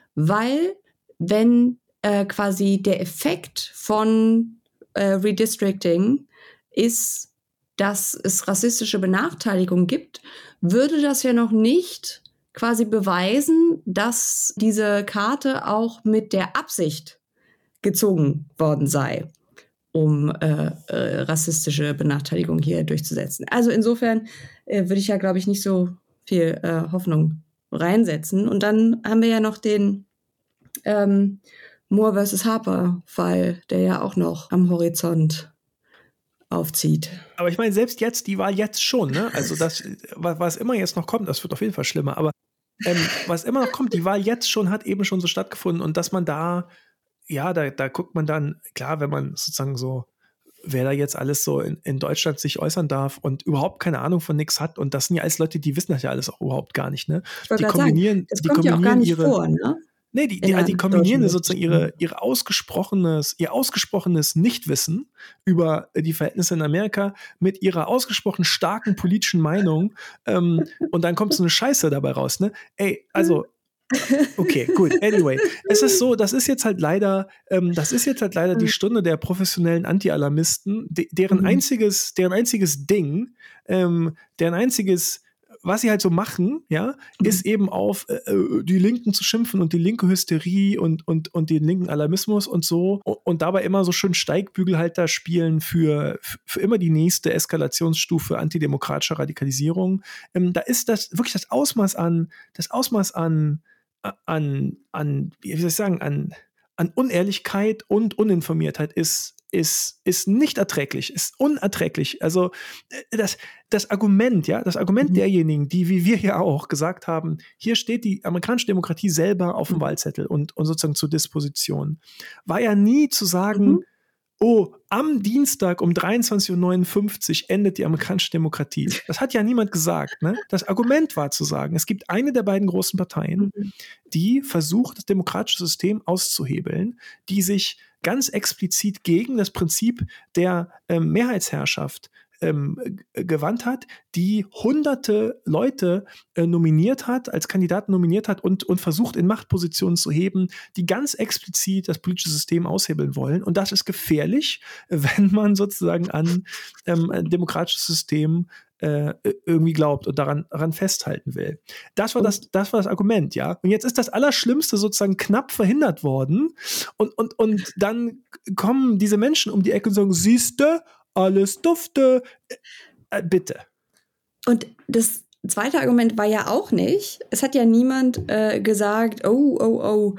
B: weil wenn äh, quasi der Effekt von äh, Redistricting ist, dass es rassistische Benachteiligung gibt, würde das ja noch nicht quasi beweisen, dass diese Karte auch mit der Absicht gezogen worden sei, um äh, äh, rassistische Benachteiligung hier durchzusetzen. Also insofern äh, würde ich ja, glaube ich, nicht so viel äh, Hoffnung reinsetzen. Und dann haben wir ja noch den ähm, Moore versus Harper-Fall, der ja auch noch am Horizont aufzieht.
C: Aber ich meine, selbst jetzt, die Wahl jetzt schon, ne? Also das, was immer jetzt noch kommt, das wird auf jeden Fall schlimmer, aber ähm, was immer noch kommt, die Wahl jetzt schon hat eben schon so stattgefunden und dass man da, ja, da, da guckt man dann, klar, wenn man sozusagen so, wer da jetzt alles so in, in Deutschland sich äußern darf und überhaupt keine Ahnung von nichts hat und das sind ja alles Leute, die wissen das ja alles auch überhaupt gar nicht, ne?
B: Ich wollte
C: Die
B: gerade
C: kombinieren,
B: sagen, das
C: die
B: kommt ja auch gar nicht
C: ihre,
B: vor, ne?
C: Nee, die,
B: In
C: die,
B: der
C: die kombinieren
B: deutschen
C: sozusagen ihre, ihre ausgesprochenes, ihr ausgesprochenes Nichtwissen über die Verhältnisse in Amerika mit ihrer ausgesprochen starken politischen Meinung ähm, und dann kommt so eine Scheiße dabei raus, ne? Ey, also okay, gut, anyway. Es ist so, das ist jetzt halt leider, ähm, das ist jetzt halt leider die Stunde der professionellen Anti-Alarmisten, de- deren
B: Mhm.
C: einziges, deren einziges Ding, ähm, deren einziges was sie halt so machen, ja,
B: Mhm.
C: ist eben auf äh, die Linken zu schimpfen und die linke Hysterie und, und, und den linken Alarmismus und so und, und dabei immer so schön Steigbügelhalter spielen für, für immer die nächste Eskalationsstufe antidemokratischer Radikalisierung. Ähm, da ist das wirklich das Ausmaß an, das Ausmaß an, an, an, wie soll ich sagen, an, an Unehrlichkeit und Uninformiertheit ist ist, ist nicht erträglich, ist unerträglich. Also das, das Argument, ja, das Argument
B: Mhm.
C: derjenigen, die, wie wir ja auch gesagt haben, hier steht die amerikanische Demokratie selber auf dem
B: Mhm.
C: Wahlzettel und, und sozusagen zur Disposition, war ja nie zu sagen,
B: Mhm.
C: oh, am Dienstag um dreiundzwanzig Uhr neunundfünfzig endet die amerikanische Demokratie. Das hat ja niemand gesagt. Ne? Das Argument war zu sagen, es gibt eine der beiden großen Parteien,
B: Mhm.
C: die versucht, das demokratische System auszuhebeln, die sich ganz explizit gegen das Prinzip der ähm, Mehrheitsherrschaft ähm, g- gewandt hat, die hunderte Leute äh, nominiert hat, als Kandidaten nominiert hat und, und versucht, in Machtpositionen zu heben, die ganz explizit das politische System aushebeln wollen. Und das ist gefährlich, wenn man sozusagen an ähm, ein demokratisches System äh, irgendwie glaubt und daran, daran festhalten will. Das war das, das war das Argument, ja. Und jetzt ist das Allerschlimmste sozusagen knapp verhindert worden. Und, und, und dann kommen diese Menschen um die Ecke und sagen, siehste, alles dufte. Äh, bitte.
B: Und das zweite Argument war ja auch nicht, es hat ja niemand äh, gesagt, oh, oh, oh,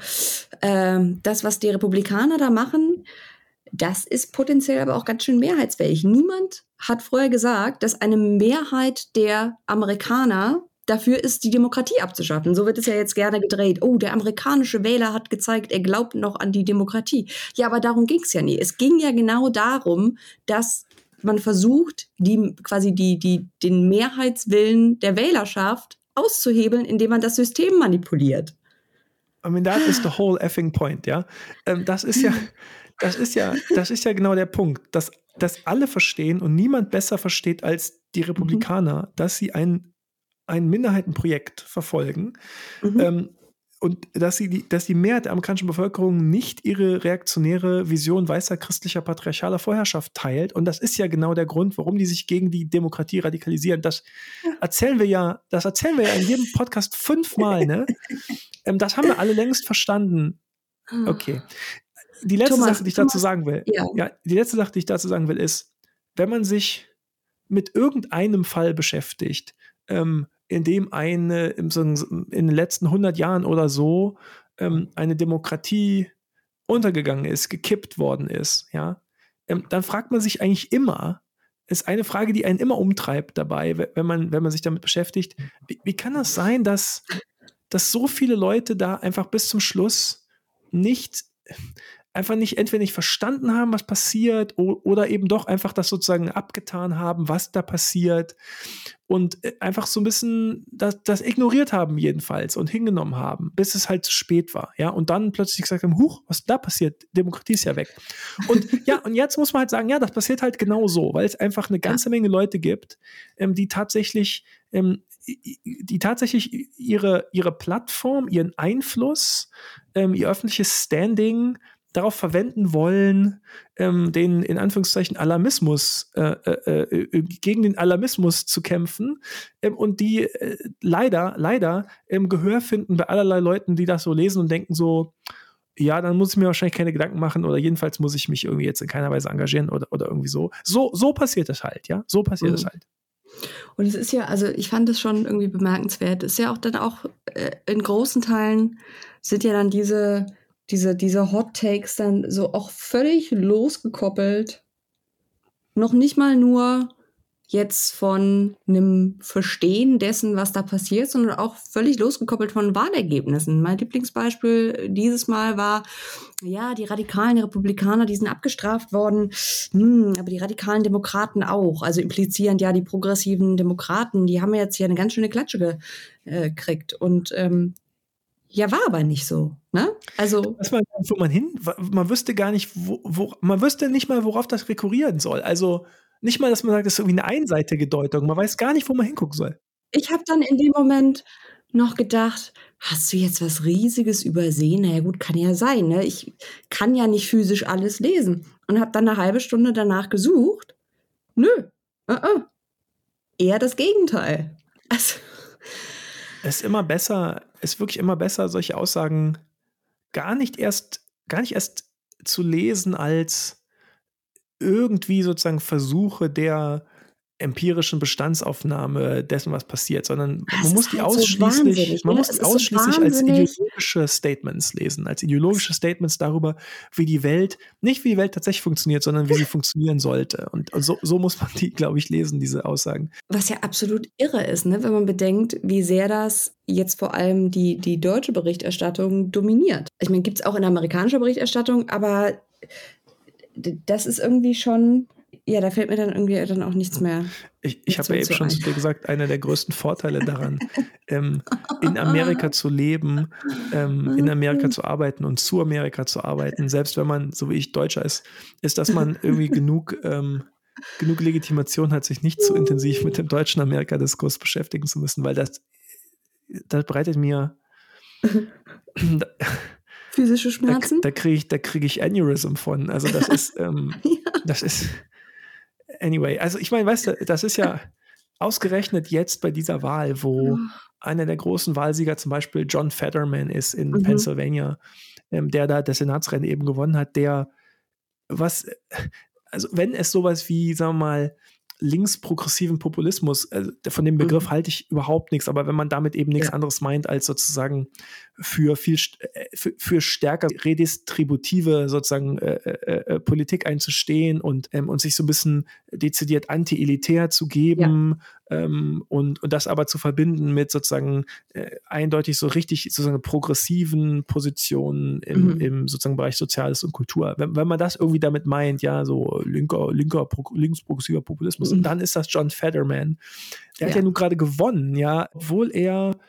B: ähm, das, was die Republikaner da machen, das ist potenziell aber auch ganz schön mehrheitsfähig. Niemand hat vorher gesagt, dass eine Mehrheit der Amerikaner dafür ist, die Demokratie abzuschaffen. So wird es ja jetzt gerne gedreht. Oh, der amerikanische Wähler hat gezeigt, er glaubt noch an die Demokratie. Ja, aber darum ging es ja nie. Es ging ja genau darum, dass man versucht, die, quasi die, die, den Mehrheitswillen der Wählerschaft auszuhebeln, indem man das System manipuliert.
C: I mean, that is the whole effing point, ja. Ähm, das ist ja, das ist ja, das ist ja genau der Punkt, dass, dass alle verstehen und niemand besser versteht als die Republikaner, mhm. dass sie ein, ein Minderheitenprojekt verfolgen, mhm. ähm, und dass sie die, dass die Mehrheit der amerikanischen Bevölkerung nicht ihre reaktionäre Vision weißer, christlicher, patriarchaler Vorherrschaft teilt. Und das ist ja genau der Grund, warum die sich gegen die Demokratie radikalisieren. Das erzählen wir ja, das erzählen wir ja in jedem Podcast fünfmal, ne? ähm, das haben wir alle längst verstanden. Okay. Die letzte Thomas, Sache, die ich Thomas, dazu sagen will, ja. ja, die letzte Sache, die ich dazu sagen will, ist, wenn man sich mit irgendeinem Fall beschäftigt, ähm, in dem eine in den letzten hundert Jahren oder so ähm, eine Demokratie untergegangen ist, gekippt worden ist, ja, ähm, dann fragt man sich eigentlich immer, ist eine Frage, die einen immer umtreibt dabei, wenn man, wenn man sich damit beschäftigt, wie, wie kann das sein, dass, dass so viele Leute da einfach bis zum Schluss nicht einfach nicht entweder nicht verstanden haben, was passiert, oder eben doch einfach das sozusagen abgetan haben, was da passiert, und einfach so ein bisschen das, das ignoriert haben jedenfalls und hingenommen haben, bis es halt zu spät war, ja, und dann plötzlich gesagt haben, huch, was da passiert? Demokratie ist ja weg. Und ja, und jetzt muss man halt sagen, ja, das passiert halt genau so, weil es einfach eine ganze Menge Leute gibt, ähm, die tatsächlich ähm, die tatsächlich ihre, ihre Plattform, ihren Einfluss, ähm, ihr öffentliches Standing darauf verwenden wollen, ähm, den in Anführungszeichen Alarmismus, äh, äh, äh, gegen den Alarmismus zu kämpfen, ähm, und die äh, leider, leider ähm, Gehör finden bei allerlei Leuten, die das so lesen und denken so, ja, dann muss ich mir wahrscheinlich keine Gedanken machen oder jedenfalls muss ich mich irgendwie jetzt in keiner Weise engagieren oder, oder irgendwie so. So, so passiert es halt, ja, so passiert es mhm. halt.
B: Und es ist ja, also ich fand es schon irgendwie bemerkenswert, es ist ja auch dann auch äh, in großen Teilen sind ja dann diese Diese, diese Hot Takes dann so auch völlig losgekoppelt. Noch nicht mal nur jetzt von einem Verstehen dessen, was da passiert, sondern auch völlig losgekoppelt von Wahlergebnissen. Mein Lieblingsbeispiel dieses Mal war, ja, die radikalen Republikaner, die sind abgestraft worden, hm, aber die radikalen Demokraten auch. Also implizierend, ja, die progressiven Demokraten, die haben jetzt hier eine ganz schöne Klatsche gekriegt. Und ähm, ja, war aber nicht so, ne? Also,
C: dass man, wo man hin, man wüsste gar nicht, wo, wo, man wüsste nicht mal, worauf das rekurrieren soll. Also nicht mal, dass man sagt, das ist irgendwie eine einseitige Deutung. Man weiß gar nicht, wo man hingucken soll.
B: Ich habe dann in dem Moment noch gedacht, hast du jetzt was Riesiges übersehen? Naja gut, kann ja sein, ne? Ich kann ja nicht physisch alles lesen. Und habe dann eine halbe Stunde danach gesucht. Nö, uh-uh. Eher das Gegenteil. Also
C: es ist immer besser, es ist wirklich immer besser, solche Aussagen gar nicht erst, gar nicht erst zu lesen als irgendwie sozusagen Versuche der empirischen Bestandsaufnahme dessen, was passiert, sondern
B: das
C: man muss die
B: halt
C: ausschließlich,
B: so
C: man muss
B: die
C: die ausschließlich
B: so
C: als ideologische Statements lesen, als ideologische Statements darüber, wie die Welt, nicht wie die Welt tatsächlich funktioniert, sondern wie sie funktionieren sollte. Und so, so muss man die, glaube ich, lesen, diese Aussagen.
B: Was ja absolut irre ist, ne, wenn man bedenkt, wie sehr das jetzt vor allem die, die deutsche Berichterstattung dominiert. Ich meine, gibt es auch in amerikanischer Berichterstattung, aber das ist irgendwie schon, ja, da fällt mir dann irgendwie dann auch nichts mehr.
C: Ich, ich habe ja eben schon ein. zu dir gesagt, einer der größten Vorteile daran, ähm, in Amerika zu leben, ähm, in Amerika zu arbeiten und zu Amerika zu arbeiten, selbst wenn man, so wie ich, Deutscher ist, ist, dass man irgendwie genug, ähm, genug Legitimation hat, sich nicht zu intensiv mit dem deutschen Amerika-Diskurs beschäftigen zu müssen, weil das, das bereitet mir da,
B: physische Schmerzen?
C: Da, da kriege ich, da krieg ich Aneurysm von. Also das ist, ähm, ja. das ist anyway, also ich meine, weißt du, das ist ja ausgerechnet jetzt bei dieser Wahl, wo einer der großen Wahlsieger zum Beispiel John Fetterman ist in mhm. Pennsylvania, ähm, der da das Senatsrennen eben gewonnen hat, der was, also wenn es sowas wie, sagen wir mal, linksprogressiven Populismus, also von dem Begriff mhm. halte ich überhaupt nichts, aber wenn man damit eben nichts ja. anderes meint, als sozusagen für viel für, für stärker redistributive sozusagen äh, äh, Politik einzustehen und, ähm, und sich so ein bisschen dezidiert anti-elitär zu geben ja. ähm, und, und das aber zu verbinden mit sozusagen äh, eindeutig so richtig sozusagen progressiven Positionen im, mhm. im sozusagen Bereich Soziales und Kultur. Wenn, wenn man das irgendwie damit meint, ja, so linker, linker, linksprogressiver Populismus, mhm. dann ist das John Fetterman. Der ja. hat ja nun gerade gewonnen, ja, obwohl er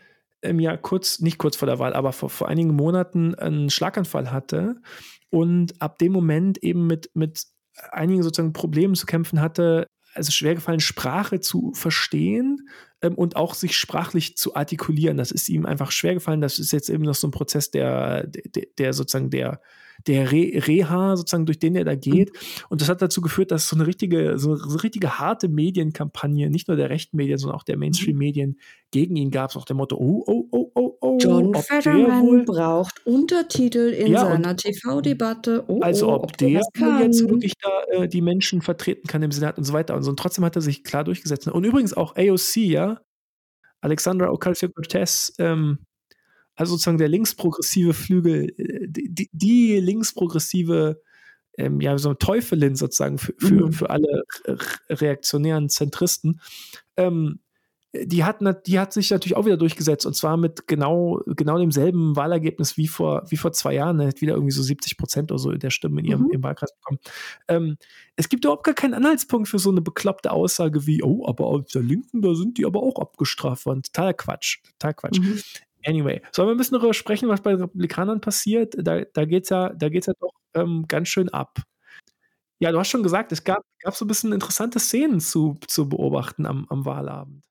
C: ähm, ja kurz, nicht kurz vor der Wahl, aber vor, vor einigen Monaten einen Schlaganfall hatte und ab dem Moment eben mit, mit einigen sozusagen Problemen zu kämpfen hatte, also schwer gefallen, Sprache zu verstehen ähm, und auch sich sprachlich zu artikulieren. Das ist ihm einfach schwer gefallen. Das ist jetzt eben noch so ein Prozess, der, der, der sozusagen der, der Re- Reha, sozusagen, durch den er da geht. Und das hat dazu geführt, dass so eine richtige, so eine richtige harte Medienkampagne, nicht nur der rechten Medien, sondern auch der Mainstream-Medien gegen ihn gab. Es auch der Motto, oh, oh, oh, oh, oh.
B: John
C: ob der
B: Fetterman
C: wohl,
B: braucht Untertitel in
C: Ja, und-
B: seiner T V-Debatte. Oh,
C: also
B: oh,
C: ob, der
B: das
C: wohl jetzt
B: kann.
C: wirklich da äh, die Menschen vertreten kann im Senat und so weiter und so. Und trotzdem hat er sich klar durchgesetzt. Und übrigens auch A O C, ja, Alexandra Ocasio-Cortez, ähm, also sozusagen der linksprogressive Flügel, äh, die, die linksprogressive ähm, ja, so eine Teufelin sozusagen für, für,
B: Mhm.
C: für alle re- reaktionären Zentristen, ähm, die hat, nat- die hat sich natürlich auch wieder durchgesetzt und zwar mit genau, genau demselben Wahlergebnis wie vor, wie vor zwei Jahren. Er hat wieder irgendwie so siebzig Prozent oder so der Stimmen in ihrem
B: Mhm.
C: im Wahlkreis bekommen. Ähm, es gibt überhaupt gar keinen Anhaltspunkt für so eine bekloppte Aussage wie, oh, aber auf der Linken, da sind die aber auch abgestraft worden. Totaler Quatsch. Total Quatsch.
B: Mhm.
C: Anyway, sollen wir ein bisschen darüber sprechen, was bei den Republikanern passiert? Da, da geht es ja, da geht's ja doch ähm, ganz schön ab. Ja, du hast schon gesagt, es gab, gab so ein bisschen interessante Szenen zu, zu beobachten am, am Wahlabend.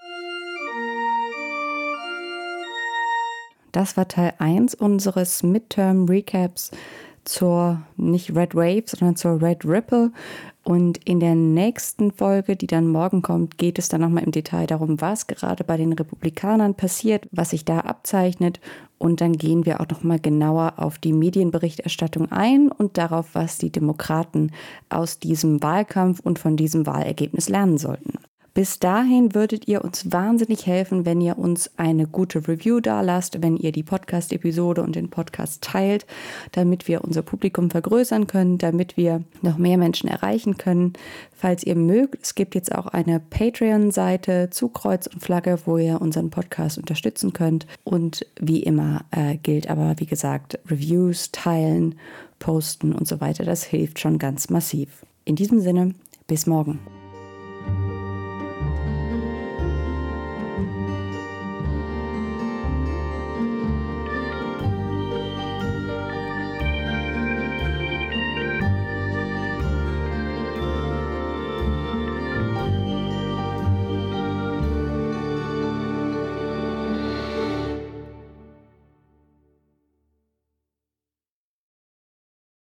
B: Das war Teil eins unseres Midterm-Recaps zur, nicht Red Wave, sondern zur Red Ripple. Und in der nächsten Folge, die dann morgen kommt, geht es dann nochmal im Detail darum, was gerade bei den Republikanern passiert, was sich da abzeichnet. Und dann gehen wir auch nochmal genauer auf die Medienberichterstattung ein und darauf, was die Demokraten aus diesem Wahlkampf und von diesem Wahlergebnis lernen sollten. Bis dahin würdet ihr uns wahnsinnig helfen, wenn ihr uns eine gute Review dalasst, wenn ihr die Podcast-Episode und den Podcast teilt, damit wir unser Publikum vergrößern können, damit wir noch mehr Menschen erreichen können. Falls ihr mögt, es gibt jetzt auch eine Patreon-Seite zu Kreuz und Flagge, wo ihr unseren Podcast unterstützen könnt. Und wie immer äh, gilt aber, wie gesagt, Reviews, teilen, posten und so weiter. Das hilft schon ganz massiv. In diesem Sinne, bis morgen.